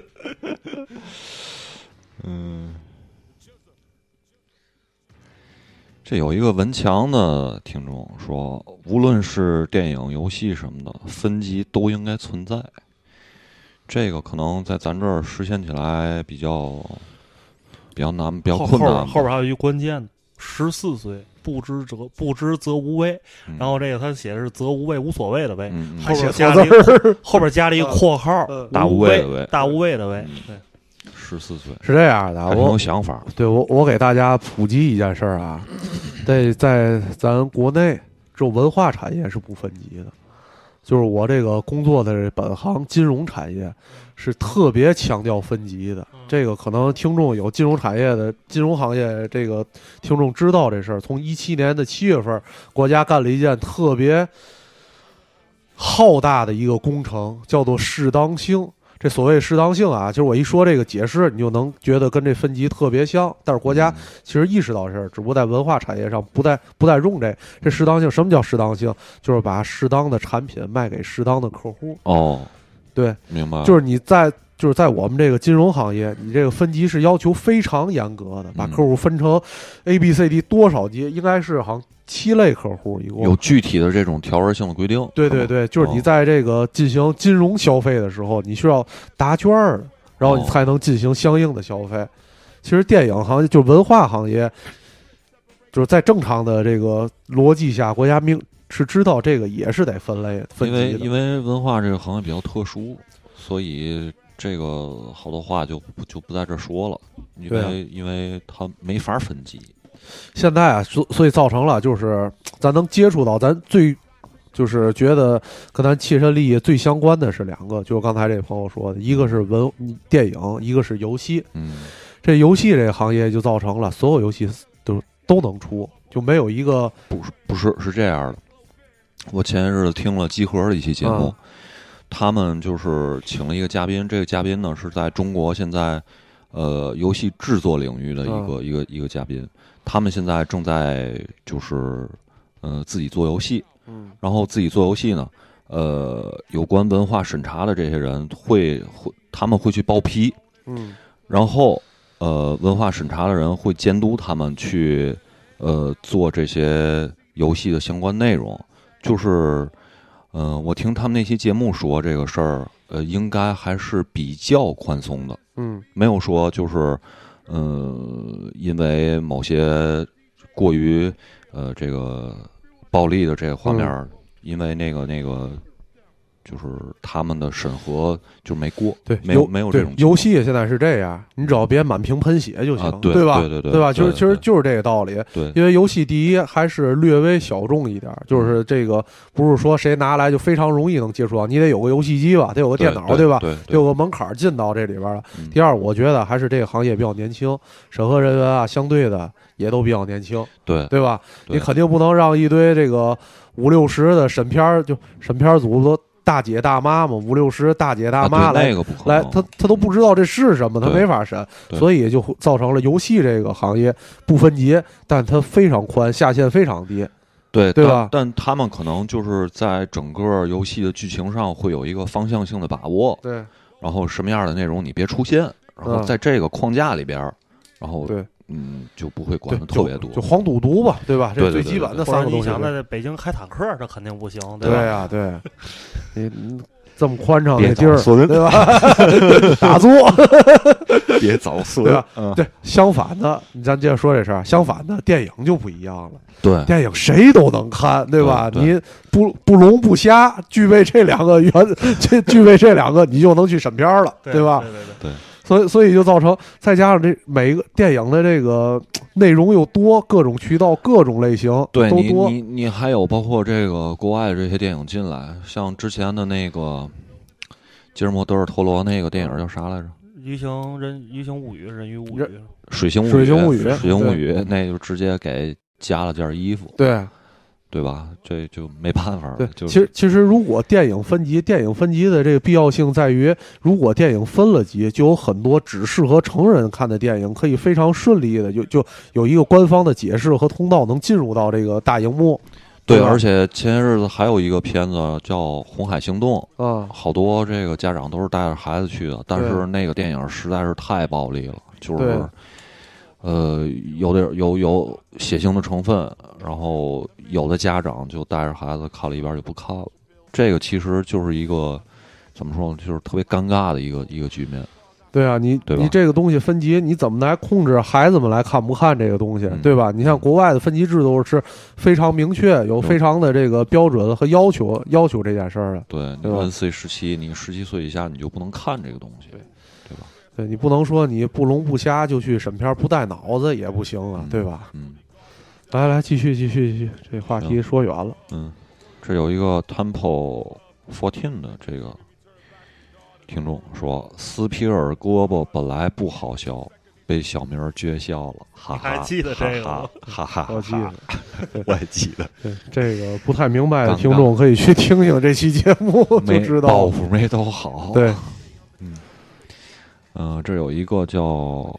这有一个文强的听众说，无论是电影、游戏什么的，分级都应该存在。这个可能在咱这儿实现起来比较难，比较困难。 后边还有一个关键，14岁不知则无畏。然后这个他写的是则无畏，无所谓的畏，后边加了一个括号， 大无畏的畏， 大无畏的畏。对 ，14岁是这样的， 我有想法。 对我给大家普及一件事儿啊，在咱国内，只有文化产业是不分级的。就是我这个工作的本行金融产业是特别强调分级的，这个可能听众有金融行业这个听众知道这事儿。从17年的7月份，国家干了一件特别浩大的一个工程，叫做适当性。这所谓适当性啊，就是我一说这个解释，你就能觉得跟这分级特别像。但是国家其实意识到这事儿，只不过在文化产业上不再用这适当性。什么叫适当性？就是把适当的产品卖给适当的客户。对， 明白。 就是在我们这个金融行业，你这个分级是要求非常严格的，把客户分成 A、B、C、D 多少级，应该是好像7类客户一共， 有具体的这种条文性的规定。 对对对，就是你在这个进行金融消费的时候，你需要答卷儿，然后你才能进行相应的消费。其实电影行业就文化行业，就是在正常的这个逻辑下，国家是知道这个也是得分级的， 因为文化这个行业比较特殊，所以这个好多话就不在这说了，因为它没法分级。 现在啊，所以造成了就是咱能接触到咱最就是觉得跟咱切身利益最相关的是两个，就是刚才这朋友说的，一个是电影，一个是游戏。这游戏这个行业就造成了所有游戏都能出，就没有一个不是这样的。我前些日子听了集合的一期节目，他们就是请了一个嘉宾，这个嘉宾呢是在中国现在游戏制作领域的一个嘉宾，他们现在正在就是自己做游戏。然后自己做游戏呢，有关文化审查的这些人他们会去报批，然后文化审查的人会监督他们去做这些游戏的相关内容。就是我听他们那期节目说这个事儿，应该还是比较宽松的，没有说就是因为某些过于这个暴力的这个画面，因为那个就是他们的审核就没过， 对， 没有这种游戏现在是这样，你只要别满屏喷血就行， 对吧？ 对吧？其实就是这个道理。 对， 因为游戏第一还是略微小众一点，就是这个不是说谁拿来就非常容易能接触到，你得有个游戏机吧，得有个电脑， 对吧？得有个门槛进到这里边了。第二，我觉得还是这个行业比较年轻，审核人员啊，相对的也都比较年轻，对吧？你肯定不能让一堆这个50-60的审片组都大姐大妈嘛，50-60大姐大妈来， 那个不可能， 来他都不知道这是什么，他没法审，所以就造成了游戏这个行业不分级，但它非常宽，下限非常低，对吧？ 但他们可能就是在整个游戏的剧情上会有一个方向性的把握， 对， 然后什么样的内容你别出现，然后在这个框架里边，然后对。 就不会管的特别多， 就黄赌毒吧，对吧？这最基本的三个东西。 你想在北京开坦克，这肯定不行， 对吧？ 对呀，对，你这么宽敞的地儿，对吧？打坐， 别早损， 对吧？对，相反的，咱接着说这事儿。相反的，电影就不一样了。 对， 电影谁都能看，对吧？你不聋不瞎，具备这两个你就能去审片了，对吧？ 对。 所以就造成，再加上这每一个电影的这个内容又多，各种渠道、各种类型对都多。 你还有包括这个国外的这些电影进来，像之前的那个吉尔摩·德尔托罗那个电影叫啥来着？ 鱼形物语，人鱼物语， 水形物语，那就直接给加了件衣服。对吧？这就没办法了。 对，其实如果电影分级的这个必要性在于，如果电影分了级，就有很多只适合成人看的电影，可以非常顺利的就有一个官方的解释和通道能进入到这个大荧幕。 对，而且前些日子还有一个片子叫《红海行动》，好多这个家长都是带着孩子去的，但是那个电影实在是太暴力了，就是有血腥的成分，然后有的家长就带着孩子看了一边就不看了，这个其实就是一个怎么说呢，就是特别尴尬的一个局面。 对啊，你这个东西分级，你怎么来控制孩子们来看不看这个东西，对吧？你像国外的分级制度是非常明确，有非常的这个标准和要求这件事儿的。 对，你NC-17，你17岁以下你就不能看这个东西，对吧？ 对，你不能说你不聋不瞎就去审片，不带脑子也不行啊，对吧？来，继续，这话题说远了。 这有一个 Temple 14的这个听众说，斯皮尔胳膊本来不好笑，被小明绝笑了，哈哈！ 还记得这个？ 哈哈！ 我记得， 我也记得。 对，这个不太明白的听众可以去听听这期节目，就知道包袱没都好。 对， 这有一个叫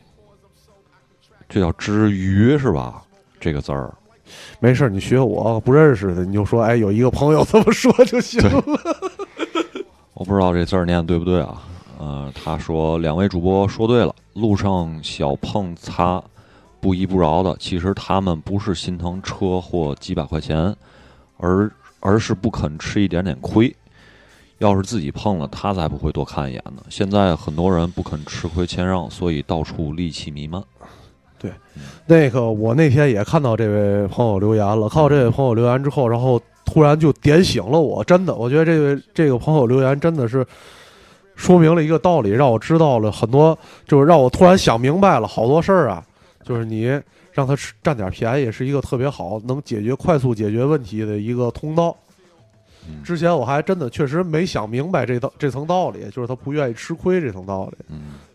之鱼是吧？这个字儿， 没事，你学我不认识的，你就说，哎，有一个朋友这么说就行了。 我不知道这字儿念对不对啊？他说两位主播说对了，路上小碰擦不依不饶的，其实他们不是心疼车或几百块钱，而是不肯吃一点点亏。要是自己碰了，他才不会多看一眼呢。现在很多人不肯吃亏谦让，所以到处戾气弥漫。 对，那个我那天也看到这位朋友留言了，看到这位朋友留言之后，然后突然就点醒了我，真的，我觉得这个朋友留言真的是说明了一个道理，让我知道了很多，就是让我突然想明白了好多事儿啊。就是你让他占点便宜，是一个特别好能快速解决问题的一个通道。之前我还真的确实没想明白这层道理，就是他不愿意吃亏这层道理。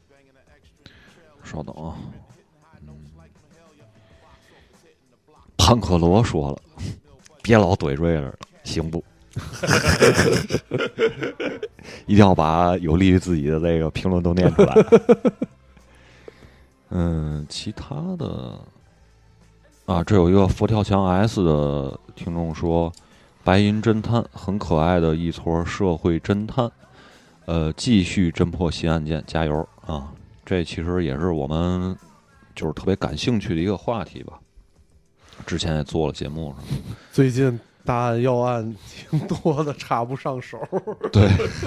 稍等啊，潘克罗说了，别老怼瑞了，行不？一定要把有利于自己的这个评论都念出来。其他的啊，这有一个佛跳墙 S 的听众说，白银侦探很可爱的一撮社会侦探，继续侦破新案件，加油啊！这其实也是我们就是特别感兴趣的一个话题吧。之前也做了节目， 最近大案要案挺多的，插不上手。 对，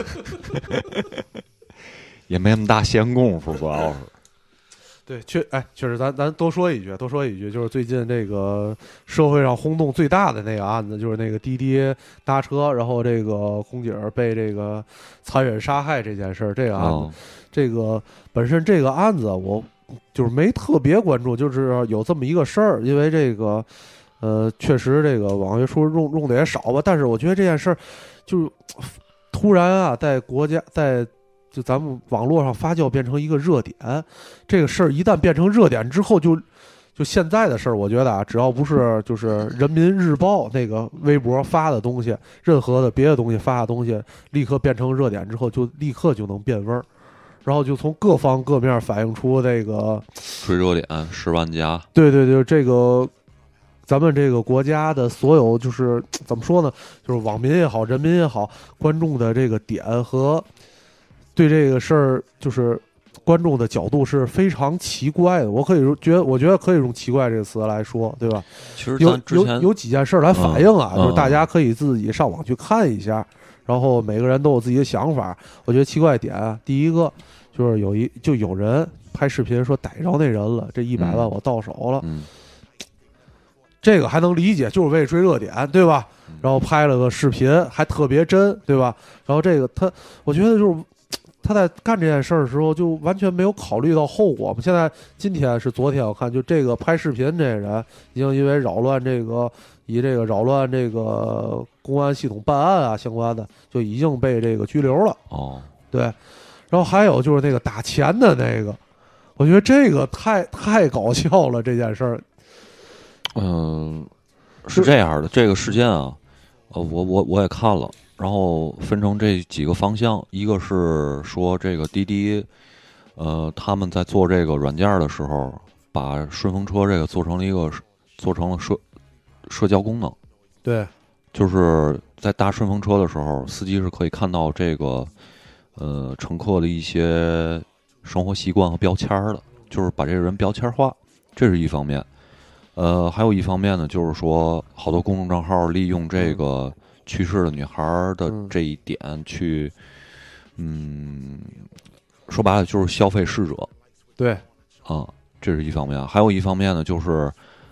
也没那么大闲工夫，主要是。 对，确实，咱多说一句，就是最近这个社会上轰动最大的那个案子，就是那个滴滴搭车，然后这个空姐被这个残忍杀害这件事儿，这个案子，这个本身这个案子我就是没特别关注，就是有这么一个事儿，因为这个确实这个网约车用的也少吧，但是我觉得这件事儿就是突然啊，就咱们网络上发酵变成一个热点，这个事儿一旦变成热点之后就现在的事儿，我觉得啊，只要不是就是人民日报那个微博发的东西，任何的别的东西发的东西，立刻变成热点之后，就立刻就能变味儿，然后就从各方各面反映出这个追热点10万加。 对，这个咱们这个国家的所有就是怎么说呢，就是网民也好，人民也好，关注的这个点和对这个事儿就是观众的角度是非常奇怪的，我觉得可以用奇怪这个词来说，对吧？ 其实咱之前有几件事来反映啊，就是大家可以自己上网去看一下，然后每个人都有自己的想法。我觉得奇怪点啊，第一个就是有人拍视频说逮着那人了，这100万我到手了，这个还能理解，就是为了追热点，对吧？然后拍了个视频，还特别真，对吧？然后这个我觉得就是他在干这件事儿的时候，就完全没有考虑到后果。我们今天是昨天我看，就这个拍视频这人已经因为扰乱这个公安系统办案啊相关的，就已经被这个拘留了。对。然后还有就是那个打钱的那个，我觉得这个太搞笑了，这件事儿。 是这样的，这个事件啊，我也看了，然后分成这几个方向，一个是说这个滴滴，他们在做这个软件的时候，把顺风车这个做成了社交功能， 对， 就是在搭顺风车的时候，司机是可以看到这个乘客的一些生活习惯和标签的，就是把这个人标签化，这是一方面。还有一方面呢，就是说好多公众账号利用这个去世的女孩的这一点去，说白了就是消费逝者。 对， 这是一方面。还有一方面呢，就是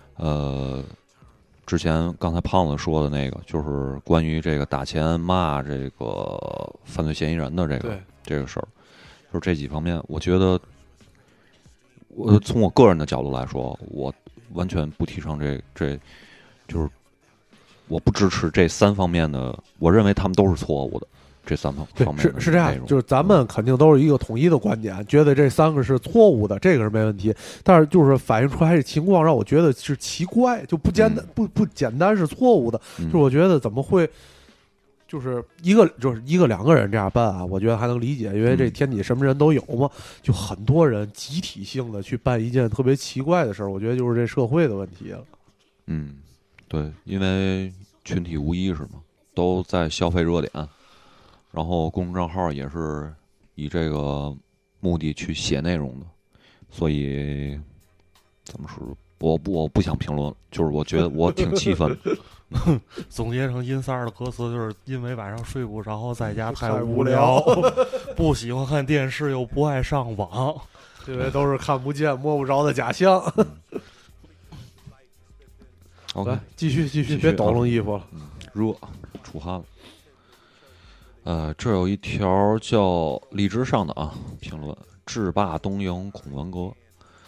之前刚才胖子说的那个，就是关于这个打钱骂这个犯罪嫌疑人的这个事儿，就是这几方面，我觉得我从我个人的角度来说，我完全不提倡这就是我不支持这3方面的，我认为他们都是错误的。这3方面是这样，就是咱们肯定都是一个统一的观点，觉得这3个是错误的，这个是没问题。但是就是反映出来这情况，让我觉得是奇怪，就不简单是错误的。就是我觉得怎么会，就是一个2个人这样办啊，我觉得还能理解，因为这天底什么人都有嘛。就很多人集体性的去办一件特别奇怪的事儿，我觉得就是这社会的问题了。 对，因为群体无意识嘛，都在消费热点。然后公众账号也是以这个目的去写内容的，所以怎么说，我不想评论，就是我觉得我挺气愤的。 总结成阴三儿的歌词，就是因为晚上睡不着，在家太无聊，不喜欢看电视又不爱上网， 因为都是看不见摸不着的假象。 OK， 继续，别抖楞衣服了， 热，出汗了。这有一条叫荔枝上的评论，制霸东营孔文革，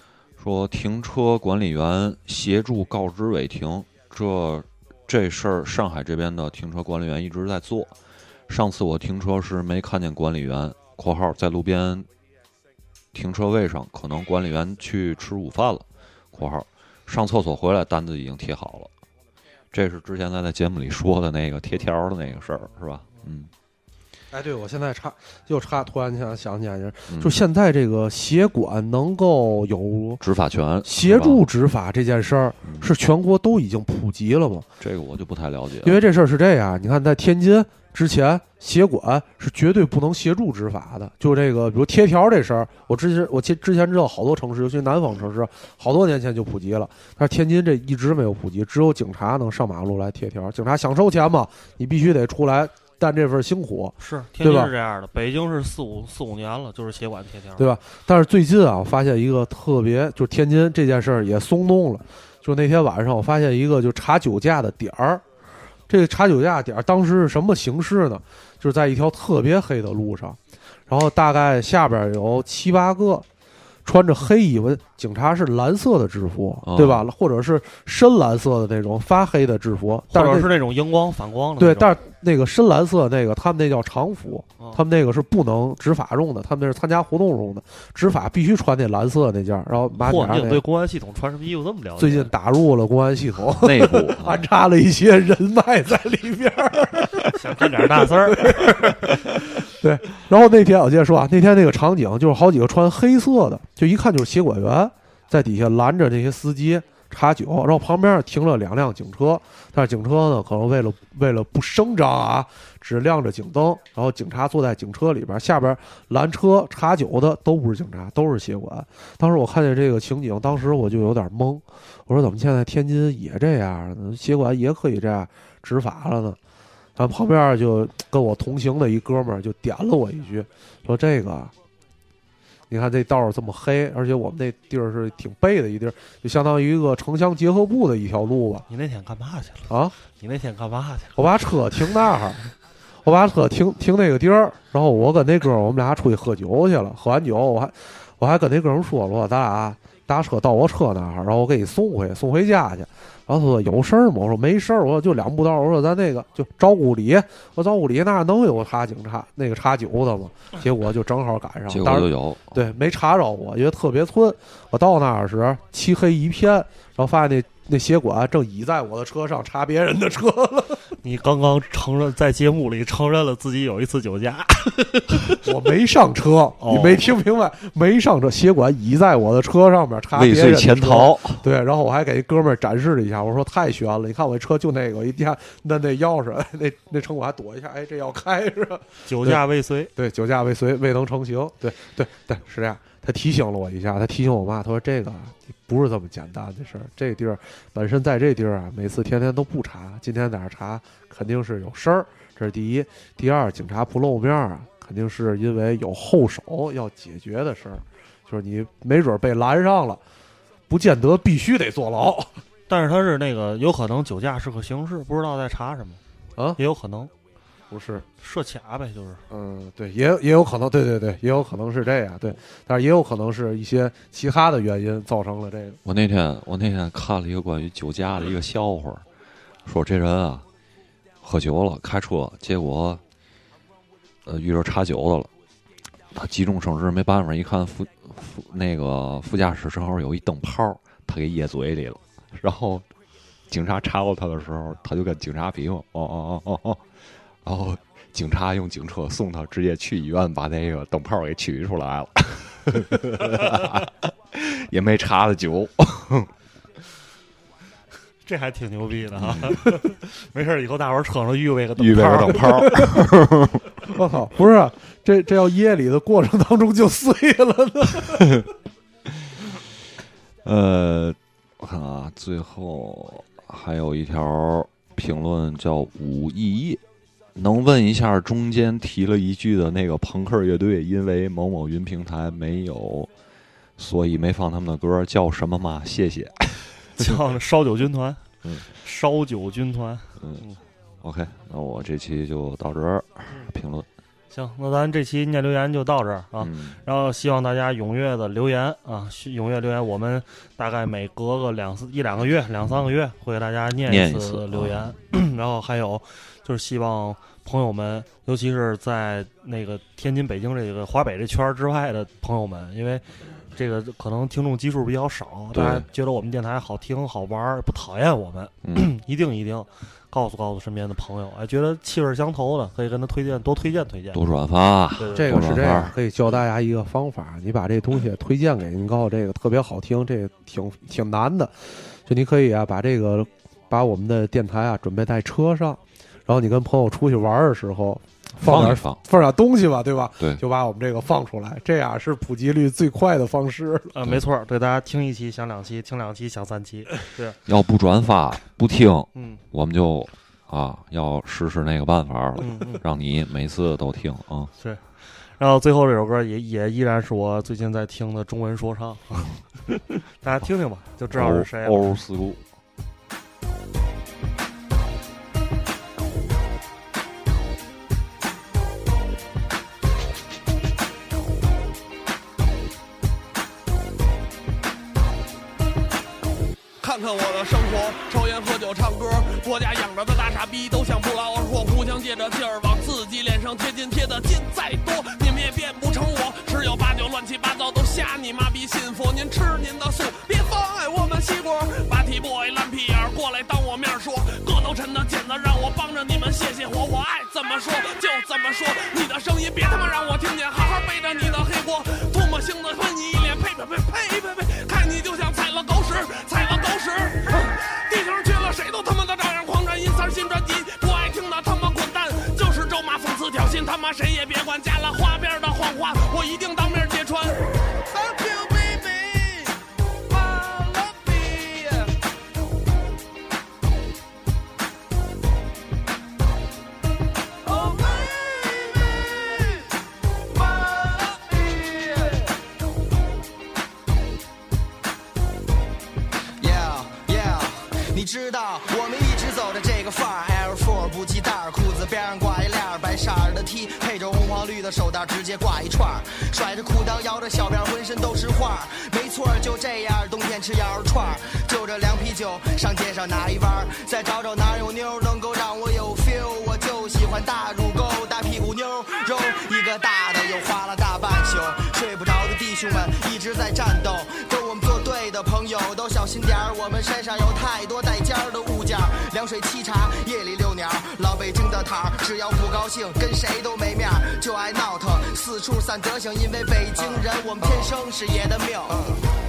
说停车管理员协助告知违停，这事儿上海这边的停车管理员一直在做。上次我停车时没看见管理员（括号在路边停车位上，可能管理员去吃午饭了）（括号上厕所回来单子已经贴好了）。这是之前咱在节目里说的那个贴条的那个事儿，是吧？嗯。 哎，对，我现在突然想起来，就现在这个协管能够有执法权， 协助执法这件事儿，是全国都已经普及了吗？ 这个我就不太了解了， 因为这事儿是这样，你看在天津之前，协管是绝对不能协助执法的。就这个，比如贴条这事儿，我之前知道好多城市，尤其南方城市，好多年前就普及了，但是天津这一直没有普及，只有警察能上马路来贴条。警察想收钱嘛，你必须得出来干这份辛苦。 是天津是这样的，北京是四五年了，就是协管贴条， 对吧？但是最近啊，我发现一个特别，就是天津这件事儿也松动了。就那天晚上，我发现一个就查酒驾的点儿。这个查酒驾点当时是什么形式呢？就是在一条特别黑的路上，然后大概下边有7、8个穿着黑衣服，警察是蓝色的制服，对吧？或者是深蓝色的那种发黑的制服， 或者是那种荧光反光的。 对，但是那个深蓝色那个，他们那叫常服，他们那个是不能执法用的，他们那是参加活动用的，执法必须穿那蓝色那件。然后马甲你对公安系统穿什么衣服这么了解？ 最近打入了公安系统内部， 安插了一些人脉在里边， 想干点大事儿。 对，然后那天我接着说啊，那天那个场景就是好几个穿黑色的，就一看就是协管员在底下拦着那些司机查酒，然后旁边停了2辆警车，但是警车呢可能为了不声张啊，只亮着警灯，然后警察坐在警车里边，下边拦车查酒的都不是警察，都是协管。当时我看见这个情景，当时我就有点懵，我说怎么现在天津也这样，协管也可以这样执法了呢？然后旁边就跟我同行的一哥们儿就点了我一句，说这个你看这道这么黑，而且我们那地儿是挺背的一地儿，就相当于一个城乡结合部的一条路吧。 你那天干嘛去了啊？ 你那天干嘛去了？ 我把车停那儿，我把车停那个地儿，然后我跟那哥们儿我们俩出去喝酒去了，喝完酒我还跟那哥们儿说了，咱俩打车到我车那儿，然后我给你送回家去。然后他说有事儿吗？我说没事儿，我说就2步道，我说咱那个就赵古里，我赵古里那能有警察那个查酒的吗？结果就正好赶上， 结果就有， 对，没查着我，因为特别寸。我到那儿时漆黑一片，然后发现那协管正倚在我的车上查别人的车了。 你刚刚在节目里承认了自己有一次酒驾。 我没上车，你没听明白？没上车，协管倚在我的车上面查别人的车， 未遂潜逃。 对，然后我还给哥们儿展示了一下，我说太悬了，你看我车就那个，一看那钥匙，那城管还躲一下，哎，这要开是吧？ 酒驾未遂， 对，酒驾未遂，未能成行，对，是这样。他提醒了我一下，他提醒我妈，他说这个不是这么简单的事儿，这地儿本身在这地儿啊，每次天天都不查，今天在这查肯定是有事儿，这是第一。第二，警察不露面啊，肯定是因为有后手要解决的事儿，就是你没准被拦上了，不见得必须得坐牢。 但是他是那个有可能酒驾是个刑事，不知道在查什么啊， 也有可能。 不是设卡呗，就是对，也有可能，对，也有可能是这样，对，但是也有可能是一些其他的原因造成了这个。 我那天看了一个关于酒驾的一个笑话，说这人啊喝酒了开车，结果遇着查酒的了，他急中生智没办法，一看副驾驶正好有一灯泡，他给噎嘴里了，然后警察查过他的时候，他就跟警察比划，然后警察用警车送他直接去医院，把那个灯泡给取出来了，也没查的酒， 这还挺牛逼的哈！没事，以后大伙儿车上预备个灯泡。 我操，不是这要夜里的过程当中就碎了呢。我看啊，最后还有一条评论叫武义业。能问一下中间提了一句的那个朋克乐队，因为某某云平台没有，所以没放他们的歌，叫什么吗？谢谢。 叫烧酒军团。烧酒军团。 OK， 那我这期就到这儿。评论。 行，那咱这期念留言就到这儿啊。然后希望大家踊跃的留言啊，踊跃留言。我们大概每隔个一两个月、2、3个月会给大家念一次留言。然后还有就是希望朋友们，尤其是在那个天津、北京这个华北这圈之外的朋友们，因为这个可能听众基数比较少，大家觉得我们电台好听、好玩，不讨厌我们，一定告诉身边的朋友，觉得气味相投的，可以跟他多推荐， 多转发。 这个是这样，可以教大家一个方法，你把这东西推荐给你，告诉这个特别好听，这个挺难的，就你可以把我们的电台准备在车上，然后你跟朋友出去玩的时候放点东西吧，对吧？ 对， 就把我们这个放出来，这样是普及率最快的方式。 没错，对，大家听1期想2期，听2期想3期，对。 要不转发不听，我们就要实施那个办法了，让你每次都听啊。 是。然后最后这首歌也依然是我最近在听的中文说唱，大家听听吧，就知道是谁了。 Old School。 看看我的生活，抽烟喝酒唱歌，国家养着的大傻逼都想不劳而获，互相借着劲儿往自己脸上贴金，贴的金再多你们也变不成我，十有八九乱七八糟都瞎你妈逼信佛，您吃您的素，别妨碍我们西果。Party boy 烂屁眼过来当我面说，个头沉的剪子让我帮着你们谢谢火，我爱怎么说就怎么说，你的声音别他妈让我听见，好好背着你的黑锅，唾沫星子喷你一脸，呸呸呸呸呸呸，看你就像踩了狗屎，踩了狗屎。地球去了，谁都他妈的照样狂转音三新专辑，不爱听的他妈滚蛋，就是咒骂讽刺挑衅，他妈谁也别管，加了花边的谎话，我一定当面揭穿。Thank you baby, I love me. Oh baby, I love me. Yeah. 你知道我们一直走着这个范儿 Air Force 补给袋，裤子边上挂一链白色的 T， 配着红黄绿的手袋，直接挂一串，甩着裤裆摇着小辫，浑身都是画。没错，就这样，冬天吃羊肉串，就这2啤酒上街上拿一弯，再找找哪有妞能够让我有 feel， 我就喜欢大乳沟大屁股妞肉，一个大的又花了大半宿，睡不着的弟兄们一直在战斗，跟我们作对的朋友都小心点儿，我们身上有太多带尖儿的物件，凉水沏茶，夜里遛鸟，老北京的摊儿，只要不高兴，跟谁都没面，就爱闹腾，四处散德行，因为北京人我们天生是爷的命。